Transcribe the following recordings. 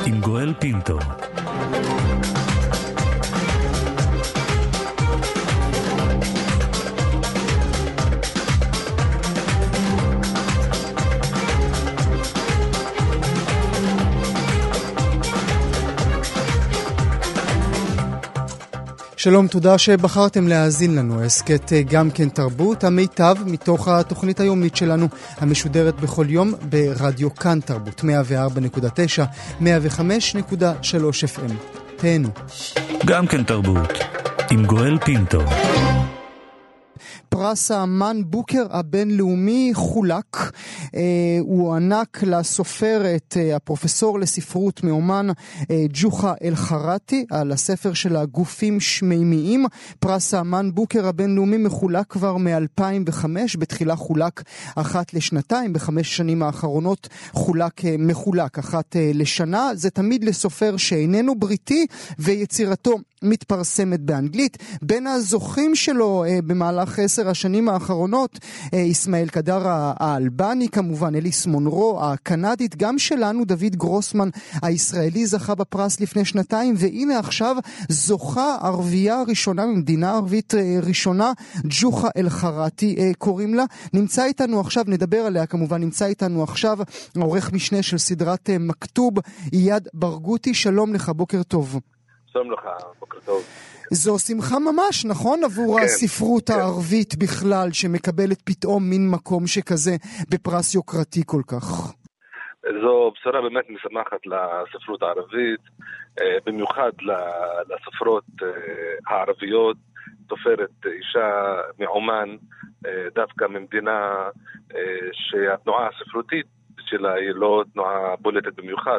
עם גואל פינטו. שלום, תודה שבחרתם להאזין לנו. הסקט גם כן תרבות, המיטב מתוך התוכנית היומית שלנו, המשודרת בכל יום ברדיו כאן תרבות, 104.9, 105.3 FM. תהנו. גם כן תרבות, עם גואל פינטו. פרס האמן בוקר הבינלאומי חולק, הוא ענק לסופרת, הפרופסור לספרות מאומן ג'וחה אל-חראטי, על הספר של הגופים שמימיים. פרס האמן בוקר הבינלאומי מחולק כבר מ-2005, בתחילה חולק אחת לשנתיים, ב5 שנים האחרונות מחולק אחת לשנה. זה תמיד לסופר שאיננו בריטי ויצירתו מתפרסמת באנגלית. בין הזוכים שלו במהלך 10 השנים האחרונות, איסמעיל קדר האלבני כמובן, אליס מונרו הקנדית, גם שלנו דוד גרוסמן הישראלי זכה בפרס לפני שנתיים, והנה עכשיו זוכה ערבייה ראשונה ממדינה ערבית ראשונה, ג'וחה אל-חראטי קוראים לה. נמצא איתנו עכשיו, נדבר עליה כמובן, נמצא איתנו עכשיו עורך משנה של סדרת מכתוב איאד ברגותי. שלום לך, בוקר טוב. שלום לך, בוקר טוב. זו שמחה ממש, נכון? עבור הספרות הערבית בכלל, שמקבלת פתאום מין מקום שכזה בפרס יוקרתי כל כך. זו בשורה באמת משמחת לספרות הערבית, במיוחד לספרות הערביות. סופרת אישה מעומן, דווקא ממדינה שהתנועה הספרותית שלה היא לא תנועה בולטת במיוחד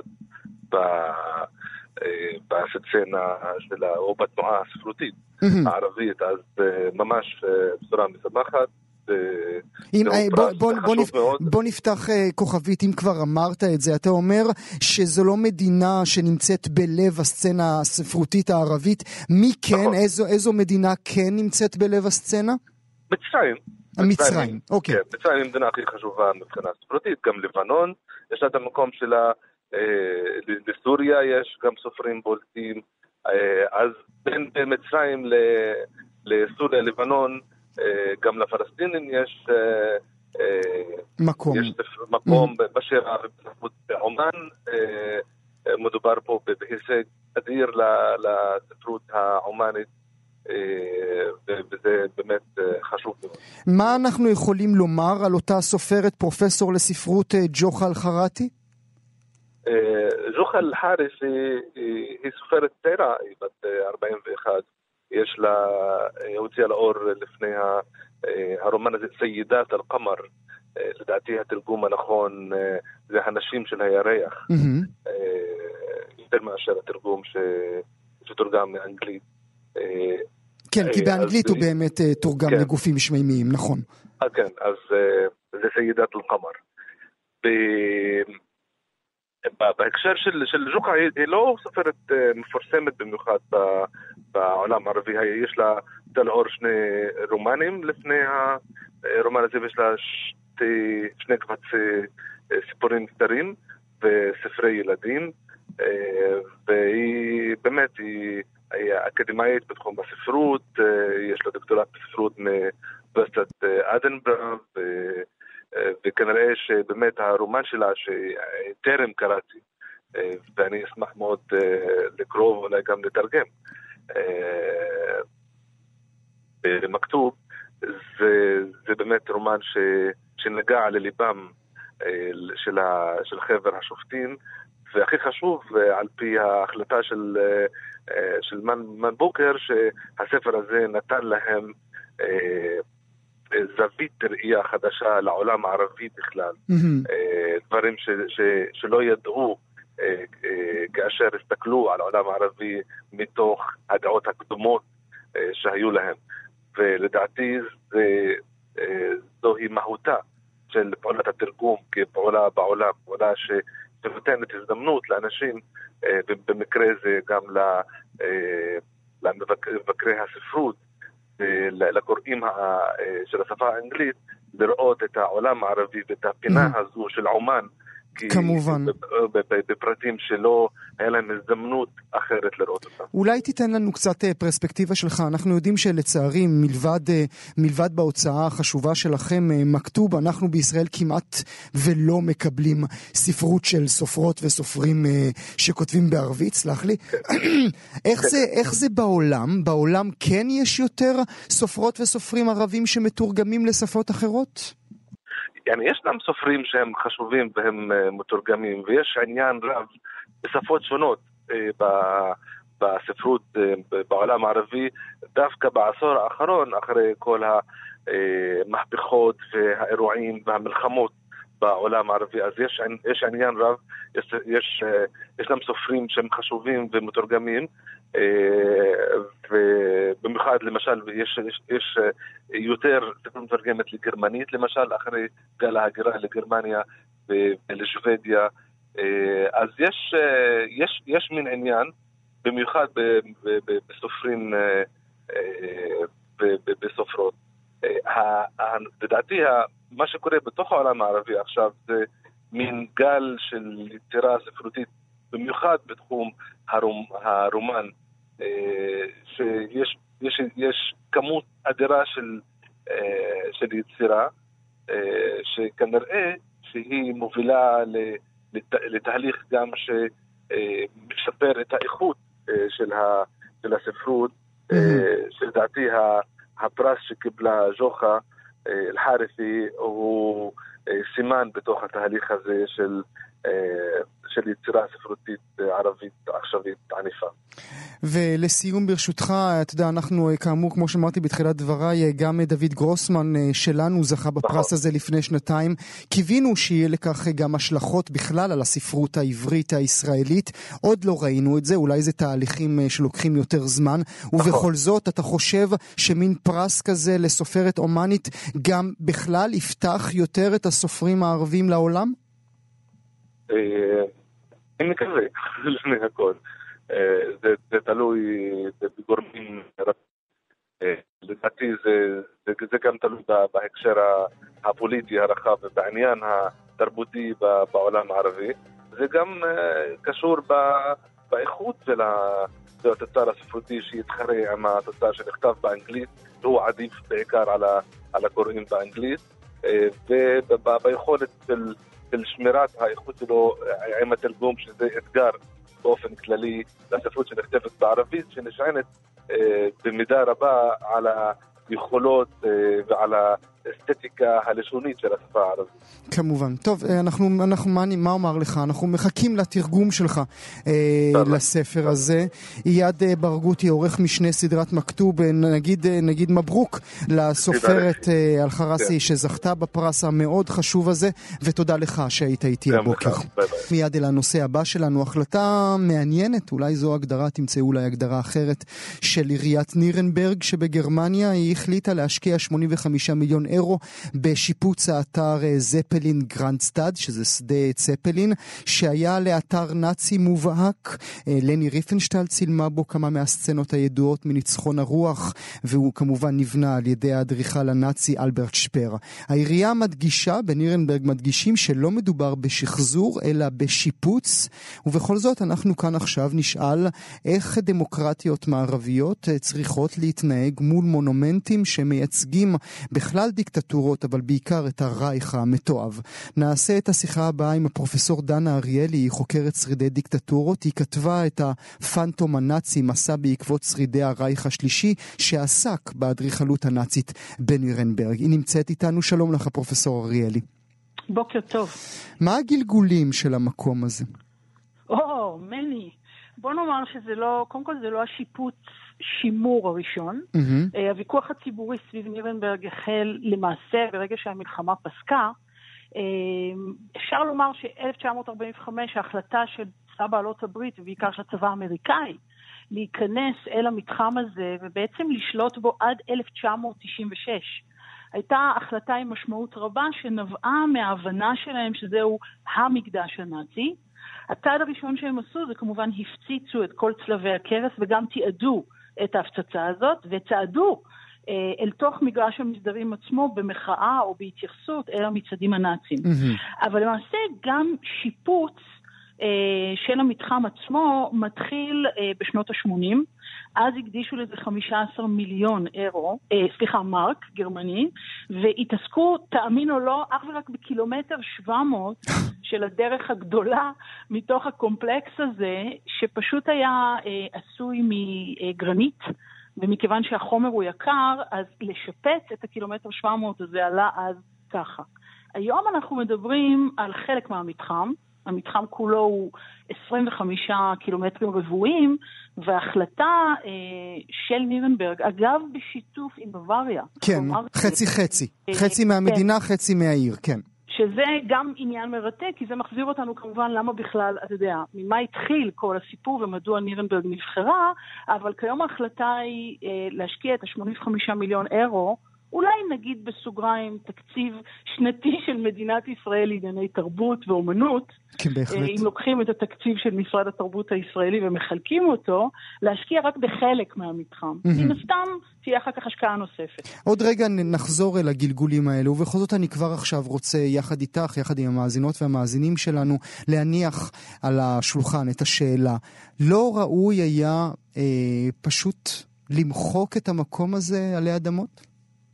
בסצנה שלה או בתנועה הספרותית הערבית, אז ממש בשורה משמחת. בוא נפתח כוכבית, אם כבר אמרת את זה, אתה אומר שזו לא מדינה שנמצאת בלב הסצנה הספרותית הערבית. מי כן? איזו מדינה כן נמצאת בלב הסצנה? מצרים. מצרים, אוקיי. מצרים היא המדינה הכי חשובה מבחינה ספרותית, גם לבנון יש לה את המקום שלה, לסוריה יש גם סופרים בולטים, אז בין מצרים לסוריה, לבנון, גם לפלסטינים יש מקום בשירה ובספרות. בעומן מדובר פה בהישג אדיר לספרות העומנית, וזה באמת חשוב מאוד. מה אנחנו יכולים לומר על אותה סופרת, פרופסור לספרות ג'וחה אל-חראטי? ג'וחה אל-חראטי היא סופרת צעירה, היא בת 41. יש לה, הוציאה לאור לפני הרומן הזה סיידת אל-קמר, לדעתי התרגום הנכון זה הנשים של הירח, יותר מאשר התרגום שתורגם מאנגלית. כן, כי באנגלית הוא באמת תורגם לגופים שמימיים, נכון. כן, אז זה סיידת אל-קמר. בהקשר של ג'וחה, היא לא סופרת מפורסמת במיוחד בעולם הערבי. יש לה לאור 2 רומנים לפני הרומן הזה, ויש לה 2 קבצי סיפורים קצרים וספרי ילדים, והיא באמת היא אקדמאית בתחום הספרות, יש לה דוקטורט בספרות מאוניברסיטת אדינברה, וכנראה שבאמת הרומן שלה שטרם קראתי, ואני אשמח מאוד לקרוא ואולי גם לתרגם במכתוב, זה באמת רומן שנגע לליבם של חבר השופטים, והכי חשוב על פי ההחלטה של מן בוקר, שהספר הזה נתן להם זווית ראייה חדשה לעולם הערבי בכלל, דברים שלא ידעו כאשר הסתכלו על העולם הערבי מתוך הדעות הקדומות שהיו להם. ולדעתי זוהי מהותה של פעולת התרגום כפעולה בעולם, פעולה שנותנת הזדמנות לאנשים, ובמקרה זה גם למבקרי הספרות, לקוראים של השפה האנגלית, לראות את העולם הערבי ואת הפינה הזו של עומן כמובן. בפרטים שלא היה להם הזדמנות אחרת לראות אותם. אולי תיתן לנו קצת פרספקטיבה שלך. אנחנו יודעים שלצערי, מלבד בהוצאה החשובה שלכם, מכתוב, אנחנו בישראל כמעט ולא מקבלים ספרות של סופרות וסופרים שכותבים בערבית, סלח לי. איך זה בעולם? בעולם כן יש יותר סופרות וסופרים ערבים שמתורגמים לשפות אחרות? ישנם סופרים שהם חשובים והם מתורגמים, ויש עניין רב בשפות שונות בספרות בעולם הערבי, דווקא בעשור האחרון, אחרי כל המהפכות והאירועים והמלחמות בעולם הערבי, אז יש עניין רב, ישנם סופרים שהם חשובים ומתורגמים, ובמיוחד למשל יש יותר ספרות מתורגמת לגרמנית, למשל אחרי גל ההגירה לגרמניה ולשוודיה, אז יש מין עניין, במיוחד בסופרים בסופרות. לדעתי מה שקורה בתוך העולם הערבי עכשיו זה מין גל של יצירה ספרותית, במיוחד בתחום הרומן, שיש כמות אדירה של יצירה, שכנראה שהיא מובילה לתהליך גם שמשפר את האיכות של הספרות, שלדעתי הפרס שקיבלה ג'וחה אל-חארת'י הוא סימן בתוך התהליך הזה של יצירה ספרותית ערבית עכשווית עניפה. ולסיום ברשותך, אתה יודע, אנחנו כאמור, כמו שאמרתי בתחילת דבריי, גם דוד גרוסמן שלנו זכה בפרס הזה לפני שנתיים. קיווינו שיהיה לכך גם השלכות בכלל על הספרות העברית הישראלית. עוד לא ראינו את זה, אולי זה תהליכים שלוקחים יותר זמן, ובכל זאת אתה חושב שמין פרס כזה לסופרת אומנית גם בכלל יפתח יותר את הסופרים הערבים לעולם? אני מקווה, לפני הכל. זה תלוי בגורמים רבים. לדעתי זה גם תלוי בהקשר הפוליטי הרחב ובעניין התרבותי בעולם הערבי. זה גם קשור באיכות של התוצר הספרותי שיתחרה עם התוצר שנכתב באנגלית, והוא עדיף בעיקר על הקוראים באנגלית, וביכולת של שמירת האיכות שלו עם התרגום, שזה אתגר באופן כללי לספרות שנכתבת בערבית, שנשענת במידה רבה על היכולות ועל האסתטיקה הלשונית של השפה הערבית. כמובן. טוב, מה אומר לך? אנחנו מחכים לתרגום שלך לספר הזה. יד ברגותי, עורך משנה סדרת מכתוב, נגיד מברוק לסופרת אל-חראסי שזכתה בפרס המאוד חשוב הזה, ותודה לך שהיית איתי הבוקר. מיד אל הנושא הבא שלנו, החלטה מעניינת, אולי זו הגדרה, תמצאו אולי הגדרה אחרת, של עיריית נירנברג שבגרמניה. היא החליטה להשקיע 85 מיליון אירו בשיפוץ האתר זפלין גרנדסטאד, שזה שדה צפלין, שהיה לאתר נאצי מובהק. לני ריפנשטל צילמה בו כמה מהסצנות הידועות מניצחון הרוח, והוא כמובן נבנה על ידי האדריכל הנאצי אלברט שפר. העירייה מדגישה, בנירנברג מדגישים שלא מדובר בשחזור, אלא בשיפוץ, ובכל זאת אנחנו כאן עכשיו נשאל איך דמוקרטיות מערביות צריכות להתנהג מול מונומנטים שמייצגים בכלל דיקטטורות, אבל בעיקר את הרייך המתועב. נעשה את השיחה הבאה עם הפרופסור דנה אריאלי, היא חוקרת שרידי דיקטטורות. היא כתבה את הפנטום הנאצי, מסע בעקבות שרידי הרייך השלישי, שעסק באדריכלות הנאצית בנירנברג. היא נמצאת איתנו. שלום לך פרופסור אריאלי. בוקר טוב. מה הגלגולים של המקום הזה? מני. בוא נאמר שזה לא, קודם כל זה לא השיפוץ שימור הראשון. הוויכוח הציבורי סביב נירנברג החל למעשה ברגע שהמלחמה פסקה. אפשר לומר ש-1945 ההחלטה של צבא בעלות הברית ובעיקר של הצבא האמריקאי להיכנס אל המתחם הזה ובעצם לשלוט בו עד 1996 הייתה החלטה עם משמעות רבה שנבעה מההבנה שלהם שזהו המקדש הנאצי. הצעד הראשון שהם עשו זה כמובן הפציצו את כל צלבי הקרס וגם תיעדו את ההפצצה הזאת וצעדו אל תוך מגרש המסדרים עצמו במחאה או בהתייחסות אל המצעדים הנאצים. אבל למעשה גם שיפוץ של המתחם עצמו מתחיל בשנות ה-80, אז הקדישו לזה 15 מיליון מרק גרמני, והתעסקו, תאמין או לא, אך ורק בקילומטר 700 של הדרך הגדולה מתוך הקומפלקס הזה, שפשוט היה עשוי מגרנית, ומכיוון שהחומר הוא יקר, אז לשפץ את הקילומטר 700 הזה עלה אז ככה. היום אנחנו מדברים על חלק מהמתחם, המתחם כולו הוא 25 קילומטרים רבועים, וההחלטה של נירנברג, אגב בשיתוף עם בוואריה. כן, חצי. חצי מהמדינה, חצי מהעיר, כן. שזה גם עניין מרתק, כי זה מחזיר אותנו כמובן למה בכלל, אתה יודע, ממה התחיל כל הסיפור ומדוע נירנברג נבחרה, אבל כיום ההחלטה היא להשקיע את ה-85 מיליון אירו, אולי נגיד בסוגריים תקציב שנתי של מדינת ישראל לענייני תרבות ואומנות, כן, בהחלט. אם לוקחים את התקציב של משרד התרבות הישראלי ומחלקים אותו, להשקיע רק בחלק מהמתחם. מן הסתם תהיה אחר כך השקעה נוספת. עוד רגע נחזור אל הגלגולים האלו, ובכל זאת אני כבר עכשיו רוצה יחד איתך, יחד עם המאזינות והמאזינים שלנו, להניח על השולחן את השאלה. לא ראוי היה פשוט למחוק את המקום הזה עלי אדמות?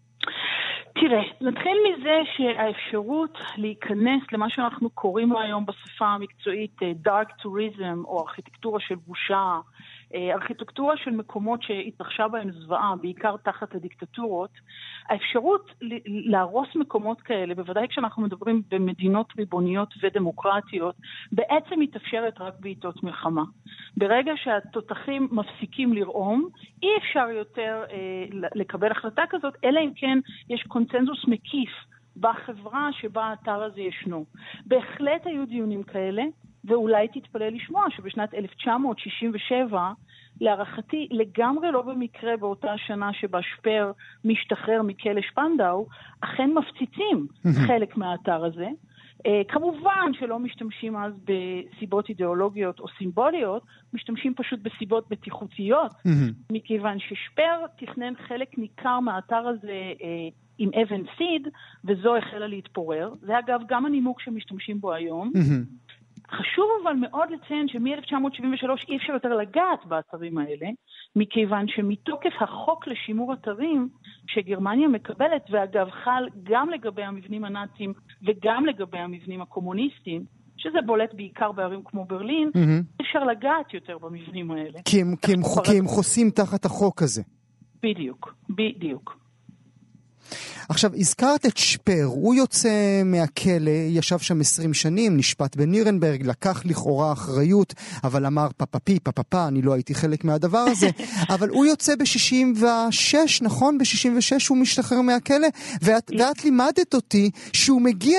תראה, נתחיל מזה שהאפשרות להיכנס למה שאנחנו קוראים היום בשפה המקצועית Dark Tourism או ארכיטקטורה של בושה, ארכיטקטורה של מקומות שהתרחשה בהם זוועה, בעיקר תחת הדיקטטורות, האפשרות להרוס מקומות כאלה, בוודאי כשאנחנו מדברים במדינות ריבוניות ודמוקרטיות, בעצם מתאפשרת רק בעיתות מלחמה. ברגע שהתותחים מפסיקים לרעום, אי אפשר יותר לקבל החלטה כזאת, אלא אם כן יש קונצנזוס מקיף בחברה שבה האתר הזה ישנו. בהחלט היו דיונים כאלה, ואולי תתפלא לשמוע שבשנת 1967, להערכתי לגמרי לא במקרה באותה שנה שבה שפר משתחרר מכלא שפנדאו, אכן מפציצים חלק מהאתר הזה. כמובן שלא משתמשים אז בסיבות אידיאולוגיות או סימבוליות, משתמשים פשוט בסיבות בטיחותיות, מכיוון ששפר תכנן חלק ניכר מהאתר הזה עם אבן סיד, וזו החלה להתפורר. זה אגב גם הנימוק שמשתמשים בו היום. חשוב אבל מאוד לציין שמ-1973 אי אפשר יותר לגעת באתרים האלה, מכיוון שמתוקף החוק לשימור אתרים שגרמניה מקבלת, ואגב חל גם לגבי המבנים הנאצים וגם לגבי המבנים הקומוניסטיים, שזה בולט בעיקר בערים כמו ברלין, אי אפשר לגעת יותר במבנים האלה. כי הם חוסים תחת החוק הזה. בדיוק. עכשיו, הזכרת את שפר, הוא יוצא מהכלא, ישב שם 20 שנים, נשפט בנירנברג, לקח לכאורה אחריות, אבל אמר פאפאפי, אני לא הייתי חלק מהדבר הזה, אבל הוא יוצא ב-66, נכון? ב-66 הוא משתחרר מהכלא, ואת לימדת אותי שהוא מגיע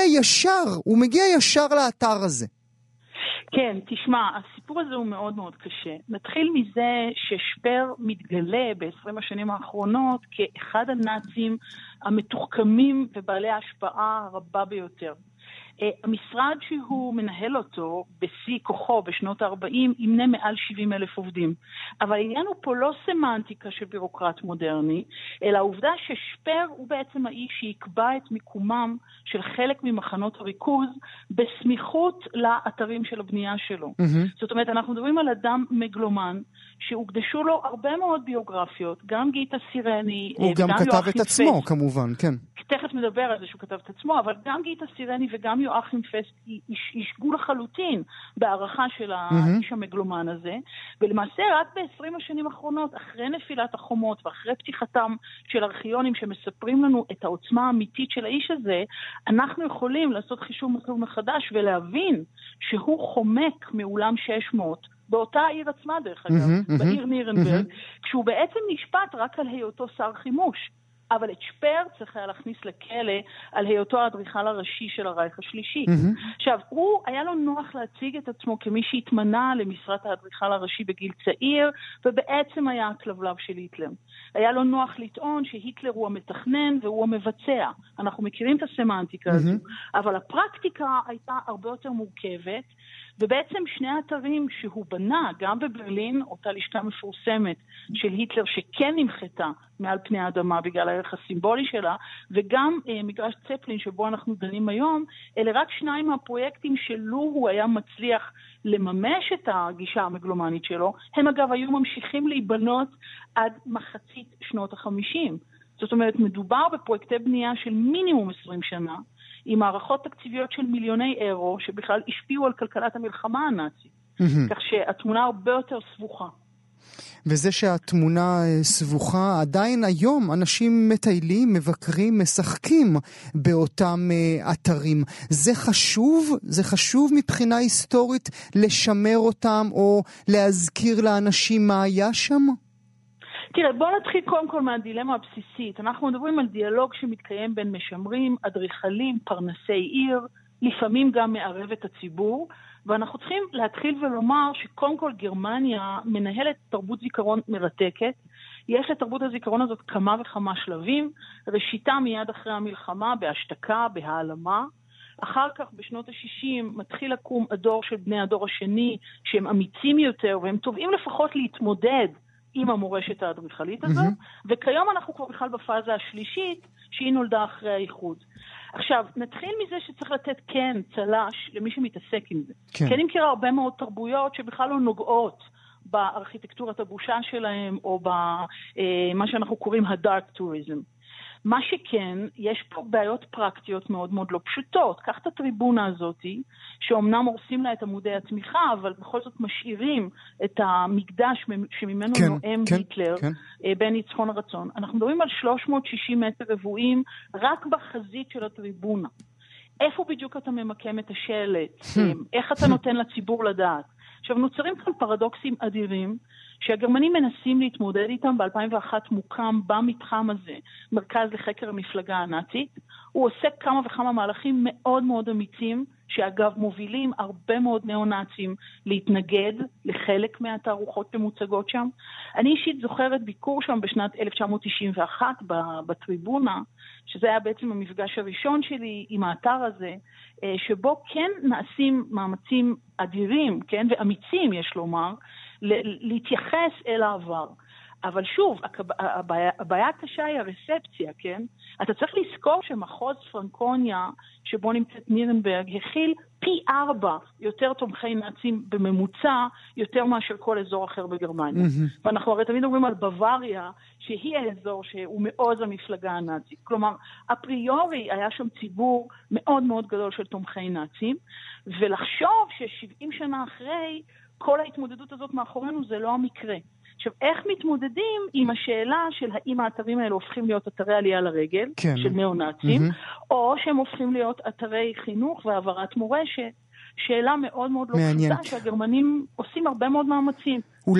ישר לאתר הזה. כן, תשמע, הסיפור הזה הוא מאוד מאוד קשה. נתחיל מזה ששפר מתגלה ב-20 השנים האחרונות כאחד הנאצים המתוחכמים ובעלי ההשפעה הרבה ביותר. המשרד שהוא מנהל אותו בשיא כוחו בשנות ה-40 ימנה מעל 70,000 עובדים. אבל העניין הוא פה לא סמנטיקה של בירוקרט מודרני, אלא העובדה ששפר הוא בעצם האיש שיקבע את מיקומם של חלק ממחנות הריכוז בסמיכות לאתרים של הבנייה שלו. זאת אומרת, אנחנו מדברים על אדם מגלומן, שהוקדשו לו הרבה מאוד ביוגרפיות, גם גיטה סירני, הוא גם כתב את עצמו, כמובן, כן. תכף מדבר על זה שהוא כתב את עצמו, אבל גם גיטה סירני וגם יואכים פסט ישגו לחלוטין בערכה של האיש המגלומן הזה, ולמעשה רק ב-20 השנים האחרונות, אחרי נפילת החומות ואחרי פתיחתם של ארכיונים שמספרים לנו את העוצמה האמיתית של האיש הזה, אנחנו יכולים לעשות חישוב מסלול מחדש ולהבין שהוא חומק מאולם 600, באותה העיר עצמה דרך אגב, בעיר נירנברג, כשהוא בעצם נשפט רק על היותו שר חימוש. אבל את שפר צריך היה להכניס לכלא על היותו האדריכל הראשי של הרייך השלישי. עכשיו, הוא היה לו נוח להציג את עצמו כמי שהתמנה למשרת האדריכל הראשי בגיל צעיר, ובעצם היה הכלבלב של היטלר. היה לו נוח לטעון שהיטלר הוא המתכנן והוא המבצע. אנחנו מכירים את הסמנטיקה הזו, אבל הפרקטיקה הייתה הרבה יותר מורכבת, ובעצם שני האתרים שהוא בנה, גם בברלין, אותה לשכה מפורסמת של היטלר שכן נמחתה מעל פני האדמה בגלל הערך הסימבולי שלה, וגם מגרש צפלין שבו אנחנו דנים היום, אלה רק שניים מהפרויקטים שלו הוא היה מצליח לממש את הגישה המגלומנית שלו. הם אגב היו ממשיכים להיבנות עד מחצית שנות ה-50. זאת אומרת, מדובר בפרויקטי בנייה של מינימום 20 שנה, עם מערכות תקציביות של מיליוני אירו, שבכלל השפיעו על כלכלת המלחמה הנאצית. כך שהתמונה הרבה יותר סבוכה. וזה שהתמונה סבוכה, עדיין היום אנשים מטיילים, מבקרים, משחקים באותם אתרים. זה חשוב מבחינה היסטורית לשמר אותם, או להזכיר לאנשים מה היה שם? תראה, בוא נתחיל קודם כל מהדילמה הבסיסית. אנחנו מדברים על דיאלוג שמתקיים בין משמרים, אדריכלים, פרנסי עיר, לפעמים גם מערב את הציבור, ואנחנו צריכים להתחיל ולומר שקודם כל גרמניה מנהלת תרבות זיכרון מרתקת. יש לתרבות הזיכרון הזאת כמה וכמה שלבים, ראשיתה מיד אחרי המלחמה, בהשתקה, בהעלמה. אחר כך בשנות ה-60 מתחיל לקום הדור של בני הדור השני, שהם אמיצים יותר, והם טובים לפחות להתמודד עם המורשת האדריכלית הזו, וכיום אנחנו כבר בכלל בפאזה השלישית, שהיא נולדה אחרי האיחוד. עכשיו, נתחיל מזה שצריך לתת צל"ש למי שמתעסק עם זה. כן מכירה הרבה מאוד תרבויות שבכלל לא נוגעות בארכיטקטורת הבושה שלהם, או במה שאנחנו קוראים הדארק טוריזם. מה שכן, יש פה בעיות פרקטיות מאוד מאוד לא פשוטות. קח את הטריבונה הזאת, שאומנם הורסים לה את עמודי התמיכה, אבל בכל זאת משאירים את המקדש שממנו נואם היטלר, בין ניצחון הרצון. אנחנו מדברים על 360 מטר רבועים, רק בחזית של הטריבונה. איפה בדיוק אתה ממקם את השלט? איך אתה נותן לציבור לדעת? עכשיו, נוצרים כאן פרדוקסים אדירים, שהגרמנים מנסים להתמודד איתם. ב-2001 מוקם במתחם הזה מרכז לחקר המפלגה הנאצית. הוא עושה כמה וכמה מהלכים מאוד מאוד אמיצים, שאגב מובילים הרבה מאוד ניאו-נאצים להתנגד לחלק מהתערוכות שמוצגות שם. אני אישית זוכרת ביקור שם בשנת 1991 בטריבונה, שזה היה בעצם המפגש הראשון שלי עם האתר הזה, שבו כן נעשים מאמצים אדירים, כן, ואמיצים יש לומר, להתייחס אל העבר. אבל שוב, הבעיה הקשה היא הרספציה, כן? אתה צריך לזכור שמחוז פרנקוניה, שבו נמצאת נירנברג, הכיל פי 4 יותר תומכי נאצים בממוצע, יותר מאשר כל אזור אחר בגרמניה. ואנחנו הרי תמיד אומרים על בוואריה, שהיא האזור שהוא מאוד המפלגה הנאצית. כלומר, אפריורי היה שם ציבור מאוד מאוד גדול של תומכי נאצים, ולחשוב ש70 שנה אחרי, כל ההתמודדות הזאת מאחורינו זה לא המקרה. עכשיו, איך מתמודדים עם השאלה של האם האתרים האלה הופכים להיות אתרי עלייה לרגל, של ניאו-נאצים, או שהם הופכים להיות אתרי חינוך והעברת מורשת? שאלה מאוד מאוד לא פשוטה, שהגרמנים עושים הרבה מאוד מאמצים.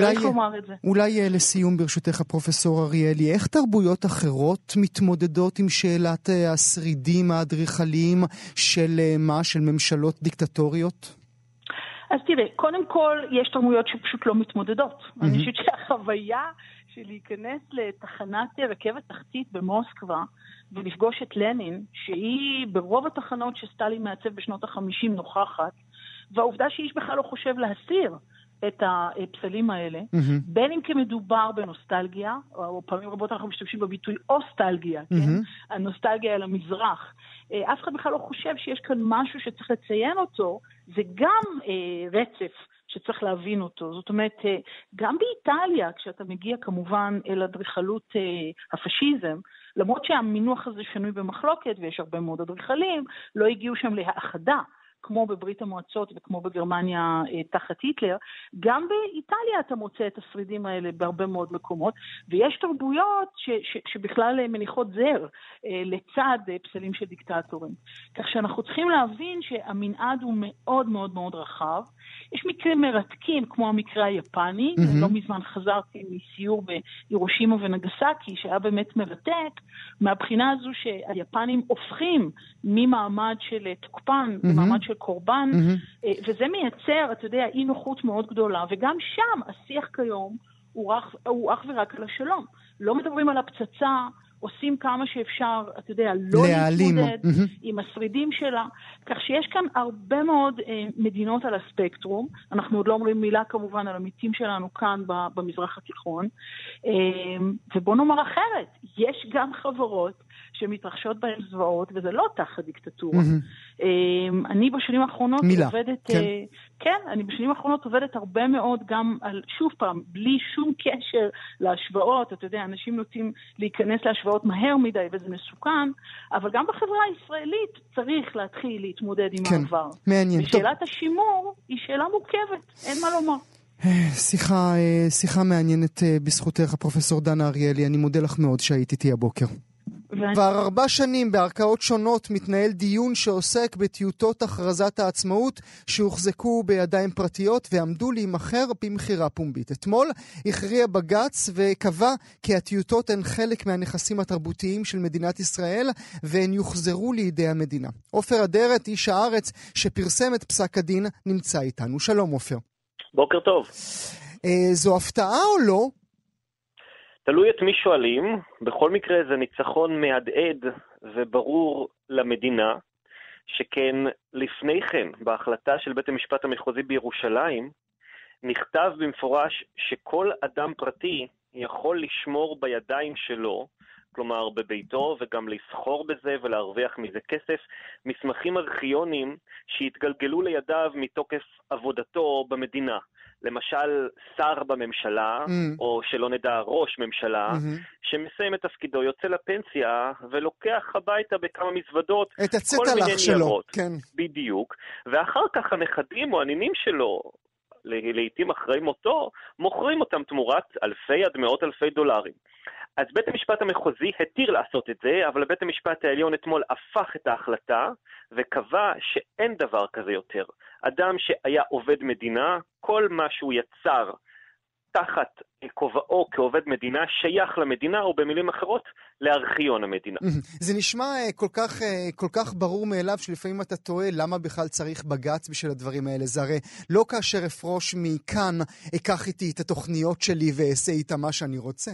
אולי לסיום ברשותך פרופסור אריאלי, איך תרבויות אחרות מתמודדות עם שאלת השרידים האדריכליים של ממשלות דיקטטוריות? אז תראה, קודם כל יש תרבויות שפשוט לא מתמודדות. אני חושבת שהחוויה של להיכנס לתחנת רכבת תחתית במוסקבה ולפגוש את לנין, שהיא ברוב התחנות שסטלין מעצב בשנות ה-50 נוכחת, והעובדה שאיש בכלל לא חושב להסיר את הפסלים האלה, בין אם כמדובר בנוסטלגיה, או פעמים רבות אנחנו משתמשים בביטוי אוסטלגיה, כן? הנוסטלגיה אל המזרח. אף אחד בכלל לא חושב שיש כאן משהו שצריך לציין אותו, זה גם רצף שצריך להבין אותו. זאת אומרת, גם באיטליה, כשאתה מגיע כמובן אל אדריכלות הפשיזם, למרות שהמינוח הזה שנוי במחלוקת, ויש הרבה מאוד אדריכלים, לא הגיעו שם להאחדה, כמו בברית המועצות וכמו בגרמניה תחת היטלר, גם באיטליה אתה מוצא את השרידים האלה בהרבה מאוד מקומות, ויש תרבויות שבכלל מניחות זר לצד פסלים של דיקטטורים. כך שאנחנו צריכים להבין שהמנעד הוא מאוד מאוד מאוד רחב. יש מקרים מרתקים כמו המקרה היפני, לא מזמן חזרתי מסיור בהירושימה ונגסקי, שהיה באמת מרתק, מהבחינה הזו שהיפנים הופכים ממעמד של תוקפן למעמד של קורבן, וזה מייצר, אתה יודע, אי נוחות מאוד גדולה, וגם שם השיח כיום הוא אך ורק על השלום. לא מדברים על הפצצה עושים כמה שאפשר, אתה יודע, לא להתמודד עם השרידים שלה, כך שיש כאן הרבה מאוד מדינות על הספקטרום, אנחנו עוד לא אומרים מילה כמובן על המתים שלנו כאן במזרח התיכון, ובוא נאמר אחרת, יש גם חברות שמתרחשות בהן זוועות, וזה לא תחת דיקטטורה. אני בשנים האחרונות עובדת, כן, אני בשנים האחרונות עובדת הרבה מאוד גם על, שוב פעם, בלי שום קשר להשוואות, אתה יודע, אנשים נוטים להיכנס להשוואות מהר מדי, וזה מסוכן, אבל גם בחברה הישראלית צריך להתחיל להתמודד עם העבר. מעניין. ושאלת השימור היא שאלה מורכבת, אין מה לומר. שיחה מעניינת בזכותך, פרופסור דנה אריאלי, אני מודה לך מאוד שהיית איתי הבוקר. כבר 4 שנים בערכאות שונות מתנהל דיון שעוסק בטיוטות הכרזת העצמאות שהוחזקו בידיים פרטיות ועמדו להימכר במחירה פומבית. אתמול הכריע בג"ץ וקבע כי הטיוטות הן חלק מהנכסים התרבותיים של מדינת ישראל והן יוחזרו לידי המדינה. עופר אדרת, איש הארץ שפרסם את פסק הדין, נמצא איתנו. שלום עופר. בוקר טוב. זו הפתעה או לא? תלוי את מי שואלים, בכל מקרה זה ניצחון מהדהד וברור למדינה, שכן לפני כן, בהחלטה של בית המשפט המחוזי בירושלים, נכתב במפורש שכל אדם פרטי יכול לשמור בידיים שלו, כלומר בביתו, וגם לסחור בזה ולהרוויח מזה כסף, מסמכים ארכיוניים שהתגלגלו לידיו מתוקף עבודתו במדינה. למשל, שר בממשלה, או שלא נדע ראש ממשלה, שמסיים את תפקידו, יוצא לפנסיה, ולוקח הביתה בכמה מזוודות את הצטלח שלו, כן. בדיוק. ואחר כך הנכדים או הנינים שלו, לעתים אחרי מותו, מוכרים אותם תמורת אלפי עד מאות אלפי דולרים. אז בית המשפט המחוזי התיר לעשות את זה, אבל בית המשפט העליון אתמול הפך את ההחלטה, וקבע שאין דבר כזה יותר. אדם שהיה עובד מדינה, כל מה שהוא יצר תחת כובעו כעובד מדינה, שייך למדינה, או במילים אחרות, לארכיון המדינה. זה נשמע כל כך ברור מאליו, שלפעמים אתה טועה למה בכלל צריך בג"ץ בשביל הדברים האלה. זה הרי לא כאשר אפרוש מכאן, אקח איתי את התוכניות שלי ואעשה איתה מה שאני רוצה.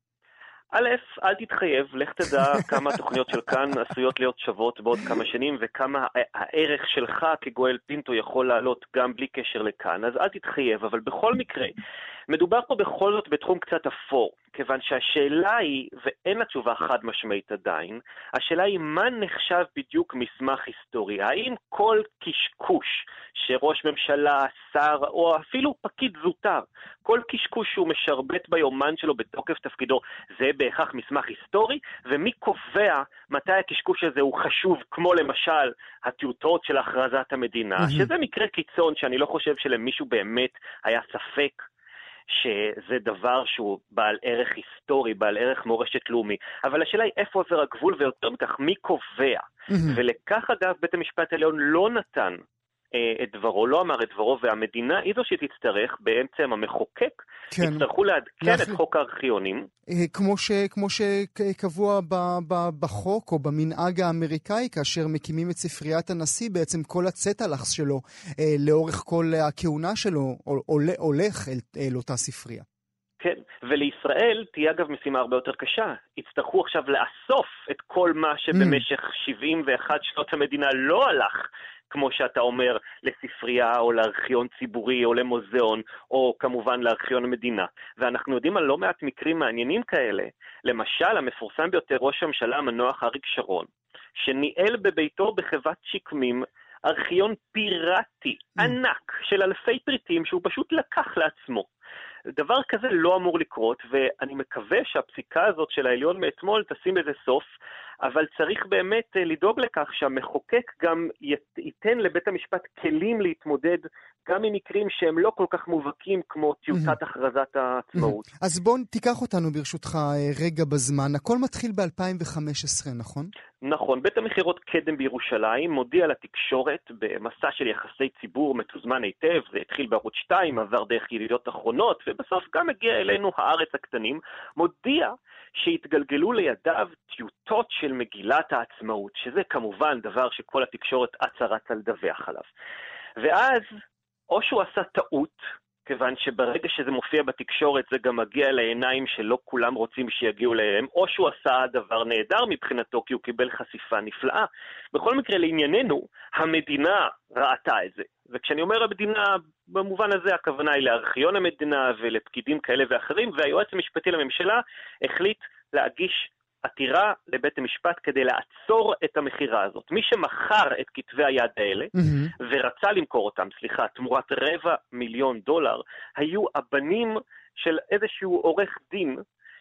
א', אל תתחייב, לך תדע כמה תוכניות של כאן עשויות להיות שוות בעוד כמה שנים, וכמה הערך שלך כגואל פינטו יכול לעלות גם בלי קשר לכאן, אז אל תתחייב, אבל בכל מקרה, מדובר פה בכל זאת בתחום קצת אפור, כיוון שהשאלה היא, ואין לה תשובה חד משמעית עדיין, השאלה היא מה נחשב בדיוק מסמך היסטורי, האם כל קשקוש שראש ממשלה, שר או אפילו פקיד זוטר, כל קשקוש שהוא משרבט ביומן שלו בתוקף תפקידו, זה בהכרח מסמך היסטורי, ומי קובע מתי הקשקוש הזה הוא חשוב, כמו למשל הטיוטות של הכרזת המדינה, שזה מקרה קיצון שאני לא חושב שלמישהו באמת היה ספק שזה דבר שהוא בעל ערך היסטורי, בעל ערך מורשת לאומי. אבל השאלה היא איפה עובר הגבול, ויותר מכך מי קובע. ולכך אגב בית המשפט העליון לא נתן את דברו, לא אמר את דברו, והמדינה היא זו שתצטרך, בעצם המחוקק, יצטרכו לעדכן את חוק הארכיונים. כמו שקבוע בחוק או במנהג האמריקאי, כאשר מקימים את ספריית הנשיא, בעצם כל הצטלח שלו לאורך כל הכהונה שלו הולך אל אותה ספרייה. כן, ולישראל תהיה אגב משימה הרבה יותר קשה. יצטרכו עכשיו לאסוף את כל מה שבמשך 71 שנות המדינה לא הלך, כמו שאתה אומר, לספרייה או לארכיון ציבורי או למוזיאון, או כמובן לארכיון המדינה. ואנחנו יודעים על לא מעט מקרים מעניינים כאלה. למשל, המפורסם ביותר ראש הממשלה המנוח אריק שרון, שניהל בביתו בחוות שקמים ארכיון פיראטי ענק של אלפי פריטים שהוא פשוט לקח לעצמו. דבר כזה לא אמור לקרות, ואני מקווה שהפסיקה הזאת של העליון מאתמול תשים לזה סוף, אבל צריך באמת לדאוג לכך שהמחוקק גם ייתן לבית המשפט כלים להתמודד גם ממקרים שהם לא כל כך מובהקים כמו טיוטת הכרזת העצמאות. אז בוא תיקח אותנו ברשותך רגע בזמן. הכל מתחיל ב-2015, נכון? נכון. בית המכירות קדם בירושלים מודיע לתקשורת במסע של יחסי ציבור מתוזמן היטב, זה התחיל בערוץ 2, עבר דרך ידיעות אחרונות, ובסוף גם הגיע אלינו הארץ הקטנים, מודיע שהתגלגלו לידיו טיוטות של מגילת העצמאות, שזה כמובן דבר שכל התקשורת רצה לדווח עליו. ואז או שהוא עשה טעות, כיוון שברגע שזה מופיע בתקשורת זה גם מגיע לעיניים שלא כולם רוצים שיגיעו להם, או שהוא עשה דבר נהדר מבחינתו כי הוא קיבל חשיפה נפלאה. בכל מקרה לענייננו, המדינה ראתה את זה. וכשאני אומר המדינה, במובן הזה הכוונה היא לארכיון המדינה ולפקידים כאלה ואחרים, והיועץ המשפטי לממשלה החליט להגיש עתירה לבית המשפט כדי לעצור את המחירה הזאת. מי שמכר את כתבי היד האלה, ורצה למכור אותם, תמורת $250,000, היו הבנים של איזשהו עורך דין,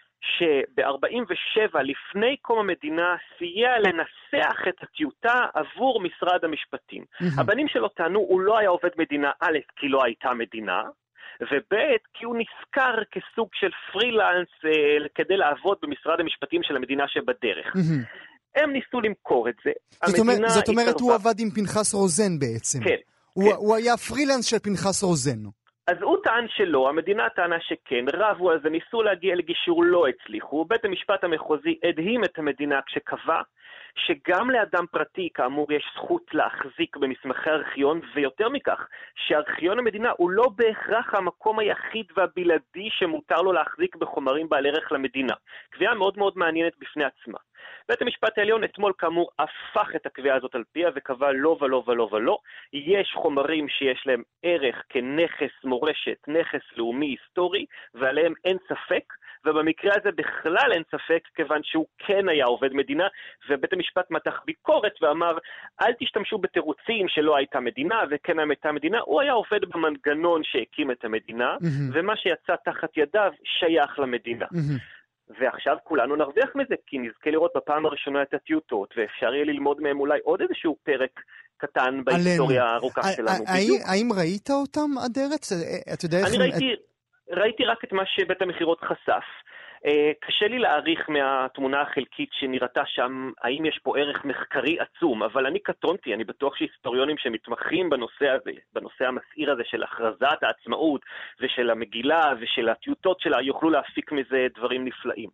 שב-47 לפני קום המדינה סייע לנסח את הטיוטה עבור משרד המשפטים. הבנים שלו טענו, הוא לא היה עובד מדינה, א', כי לא הייתה מדינה, וב' כי הוא נזכר כסוג של פרילנס כדי לעבוד במשרד המשפטים של המדינה שבדרך. הם ניסו למכור את זה. זאת אומרת הוא עבד עם פנחס רוזן בעצם. כן. הוא היה פרילנס של פנחס רוזן. אז הוא טען שלא, המדינה טענה שכן, רבו על זה, ניסו להגיע לגישור, לא הצליחו. בית המשפט המחוזי הדהים את המדינה כשקבע שגם לאדם פרטי, כאמור, יש זכות להחזיק במסמכי ארכיון, ויותר מכך, שארכיון המדינה הוא לא בהכרח המקום היחיד והבלעדי שמותר לו להחזיק בחומרים בעל ערך למדינה. קביעה מאוד מאוד מעניינת בפני עצמה. בית המשפט העליון אתמול כאמור הפך את הקביעה הזאת על פיה וקבע לא ולא ולא ולא. יש חומרים שיש להם ערך כנכס מורשת, נכס לאומי היסטורי, ועליהם אין ספק, ובמקרה הזה בכלל אין ספק, כיוון שהוא כן היה עובד מדינה, ובית המשפט מתח ביקורת ואמר, אל תשתמשו בתירוצים שלא הייתה מדינה, וכן הייתה מדינה, הוא היה עובד במנגנון שהקים את המדינה, ומה שיצא תחת ידיו שייך למדינה. ועכשיו כולנו נרוויח מזה, כי נזכה לראות בפעם הראשונה את הטיוטות, ואפשר יהיה ללמוד מהם אולי עוד איזשהו פרק קטן בהיסטוריה הארוכה שלנו. האם ראית אותם אדרת? אני ראיתי רק את מה שבית המחירות חשף. קשה לי להעריך מהתמונה החלקית שנראתה שם, האם יש פה ערך מחקרי עצום, אבל אני קטונתי, אני בטוח שהיסטוריונים שמתמחים בנושא הזה, בנושא המסעיר הזה של הכרזת העצמאות ושל המגילה ושל הטיוטות שלה, יוכלו להפיק מזה דברים נפלאים.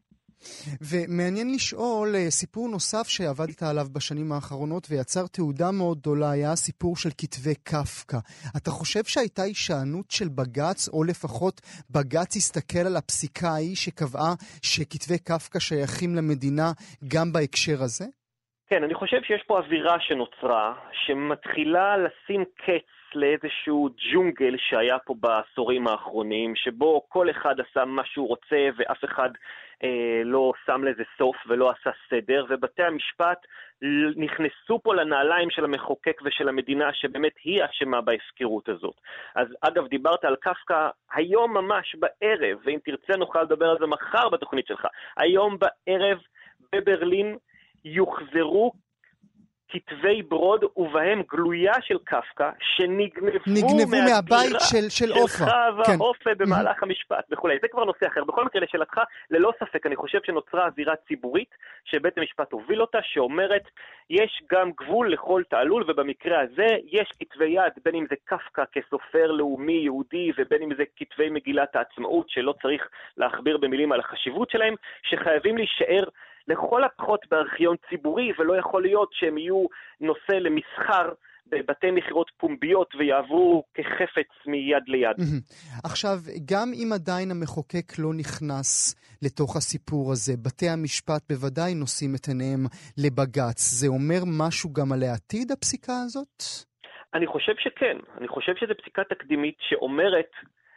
ומעניין לשאול, סיפור נוסף שעבדת עליו בשנים האחרונות ויצר תעודה מאוד גדולה, היה הסיפור של כתבי קפקא. אתה חושב שהייתה הישענות של בג"ץ, או לפחות בג"ץ הסתכל על הפסיקה ההיא שקבעה שכתבי קפקא שייכים למדינה גם בהקשר הזה? כן, אני חושב שיש פה אווירה שנוצרה, שמתחילה לשים קץ לאיזשהו ג'ונגל שהיה פה בעשורים האחרונים, שבו כל אחד עשה מה שהוא רוצה ואף אחד לא שם לזה סוף ולא עשה סדר, ובתי המשפט נכנסו פה לנעליים של המחוקק ושל המדינה שבאמת היא אשמה בהפקרות הזאת. אז אגב, דיברת על קפקא היום ממש בערב, ואם תרצה נוכל לדבר על זה מחר בתוכנית שלך. היום בערב בברלין יוחזרו כתבי ברוד ובהם גלויה של קפקא שנגנבו מהבית של אופה. חווה אופה במהלך המשפט וכו'. זה כבר נושא אחר. בכל מקרה לשאלתך, ללא ספק, אני חושב שנוצרה אווירה ציבורית שבית המשפט הוביל אותה, שאומרת יש גם גבול לכל תעלול, ובמקרה הזה יש כתבי יד, בין אם זה קפקא כסופר לאומי יהודי ובין אם זה כתבי מגילת העצמאות שלא צריך להכביר במילים על החשיבות שלהם, שחייבים להישאר לכל הפחות בארכיון ציבורי, ולא יכול להיות שהם יהיו נושא למסחר בבתי מחירות פומביות ויעברו כחפץ מיד ליד. עכשיו, גם אם עדיין המחוקק לא נכנס לתוך הסיפור הזה, בתי המשפט בוודאי נושאים את עיניהם לבג"ץ. זה אומר משהו גם על העתיד הפסיקה הזאת? אני חושב שכן. אני חושב שזו פסיקה תקדימית שאומרת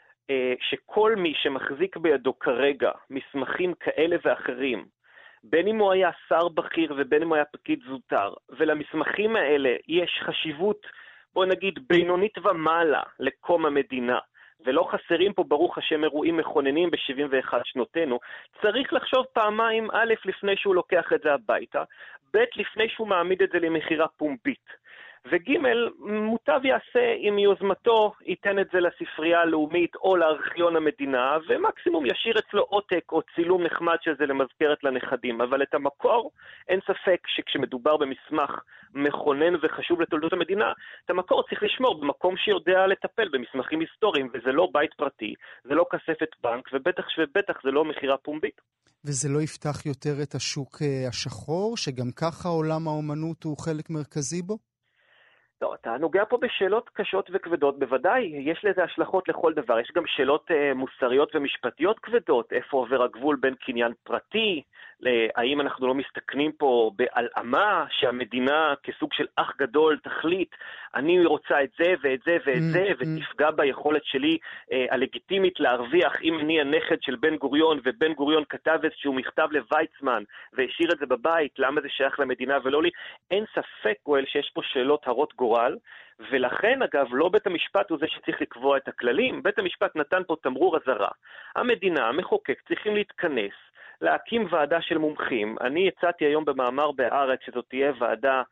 שכל מי שמחזיק בידו כרגע מסמכים כאלה ואחרים, בין אם הוא היה שר בכיר ובין אם הוא היה פקיד זוטר, ולמסמכים האלה יש חשיבות, בוא נגיד, בינונית ומעלה לקום המדינה, ולא חסרים פה ברוך השם אירועים מכוננים ב-71 שנותינו, צריך לחשוב פעמיים, א', לפני שהוא לוקח את זה הביתה, ב', לפני שהוא מעמיד את זה למחירה פומבית. וג' מוטב יעשה אם מיוזמתו ייתן את זה לספרייה הלאומית או לארכיון המדינה, ומקסימום ישאיר אצלו עותק או צילום נחמד שזה למזכרת לנכדים. אבל את המקור, אין ספק שכשמדובר במסמך מכונן וחשוב לתולדות המדינה, את המקור צריך לשמור במקום שיודע לטפל במסמכים היסטוריים, וזה לא בית פרטי, זה לא כספת בנק, ובטח זה לא מחירה פומבית. וזה לא יפתח יותר את השוק השחור, שגם ככה עולם האומנות הוא חלק מרכזי בו? לא, אתה נוגע פה בשאלות קשות וכבדות, בוודאי, יש לזה השלכות לכל דבר, יש גם שאלות מוסריות ומשפטיות כבדות, איפה עובר הגבול בין קניין פרטי, האם אנחנו לא מסתכנים פה בהלאמה שהמדינה כסוג של אח גדול תחליט, אני רוצה את זה ואת זה ואת זה, ותפגע ביכולת שלי הלגיטימית להרוויח, אם אני הנכד של בן גוריון, ובן גוריון כתב איזשהו מכתב לויצמן, והשאיר את זה בבית, למה זה שייך למדינה ולא לי, אין ספק גואל שיש פה שאלות הרות גורל, ולכן אגב לא בית המשפט הוא זה שצריך לקבוע את הכללים, בית המשפט נתן פה תמרור אזהרה, המדינה, המחוקק צריכים להתכנס, להקים ועדה של מומחים. אני הצעתי היום במאמר בהארץ שזאת תהיה ועדה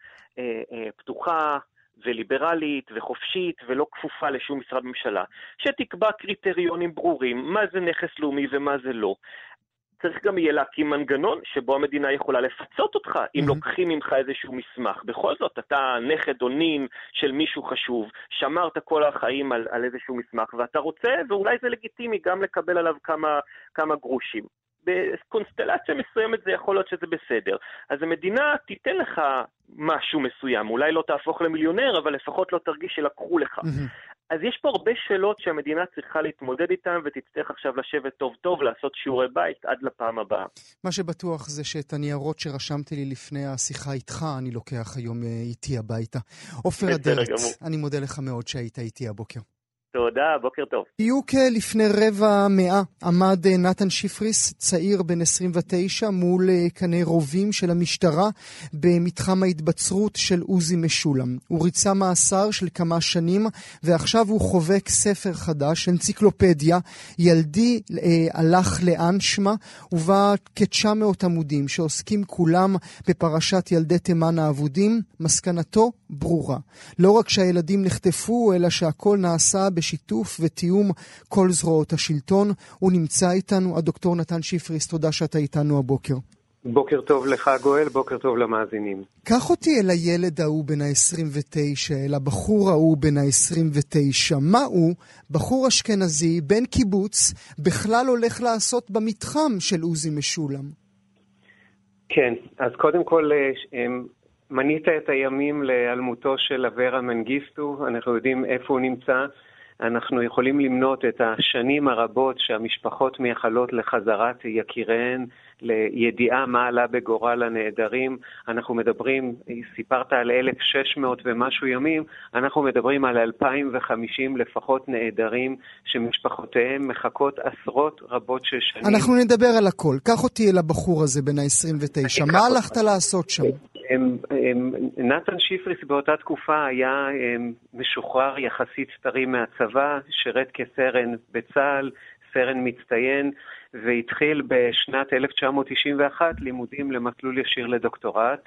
פתוחה וליברלית וחופשית ולא כפופה לשום משרד ממשלה, שתקבע קריטריונים ברורים, מה זה נכס לאומי ומה זה לא. צריך גם יהיה להקים מנגנון שבו המדינה יכולה לפצות אותך אם לוקחים ממך איזשהו מסמך. בכל זאת, אתה נכד או נין של מישהו חשוב, שמרת כל החיים על איזשהו מסמך, ואתה רוצה, ואולי זה לגיטימי גם לקבל עליו כמה גרושים. בקונסטלציה מסוימת זה יכול להיות שזה בסדר. אז המדינה תיתן לך משהו מסוים, אולי לא תהפוך למיליונר, אבל לפחות לא תרגיש שלקחו לך. אז יש פה הרבה שאלות שהמדינה צריכה להתמודד איתן, ותצטרך עכשיו לשבת טוב טוב, לעשות שיעורי בית עד לפעם הבאה. מה שבטוח זה שאת הניירות שרשמתי לי לפני השיחה איתך, אני לוקח היום איתי הביתה. עופר אדרת, אני מודה לך מאוד שהיית איתי הבוקר. תודה, בוקר טוב. בדיוק לפני רבע מאה עמד נתן שיפריס, צעיר בן 29, מול קני רובים של המשטרה במתחם ההתבצרות של עוזי משולם. הוא ריצה מאסר של כמה שנים, ועכשיו הוא חובק ספר חדש, אנציקלופדיה, ילדי הלך לאן שמה, ובה כ-900 עמודים שעוסקים כולם בפרשת ילדי תימן האבודים. מסקנתו ברורה. לא רק שהילדים נחטפו, אלא שהכל נעשה בשיתוף ותיאום כל זרועות השלטון. הוא נמצא איתנו, הדוקטור נתן שיפריס, תודה שאתה איתנו הבוקר. בוקר טוב לך גואל, בוקר טוב למאזינים. קח אותי אל הילד ההוא בן ה-29, אל הבחור ההוא בן ה-29. מה הוא, בחור אשכנזי, בן קיבוץ, בכלל הולך לעשות במתחם של עוזי משולם? כן, אז קודם כל מנית את הימים להיעלמותו של אברה מנגיסטו, אנחנו יודעים איפה הוא נמצא, אנחנו יכולים למנות את השנים הרבות שהמשפחות מייחלות לחזרת יקיריהן, לידיעה מה עלה בגורל הנעדרים. אנחנו מדברים, סיפרת על 1,600 ומשהו ימים, אנחנו מדברים על 2,050 לפחות נעדרים שמשפחותיהם מחכות עשרות רבות של שנים. אנחנו נדבר על הכל. קח אותי אל הבחור הזה בין ה-29. מה הלכת לעשות שם? נתן שיפריס באותה תקופה היה משוחרר יחסית סטרי מהצבא, שירת כסרן בצה"ל, סרן מצטיין, והתחיל בשנת 1991 לימודים למסלול ישיר לדוקטורט,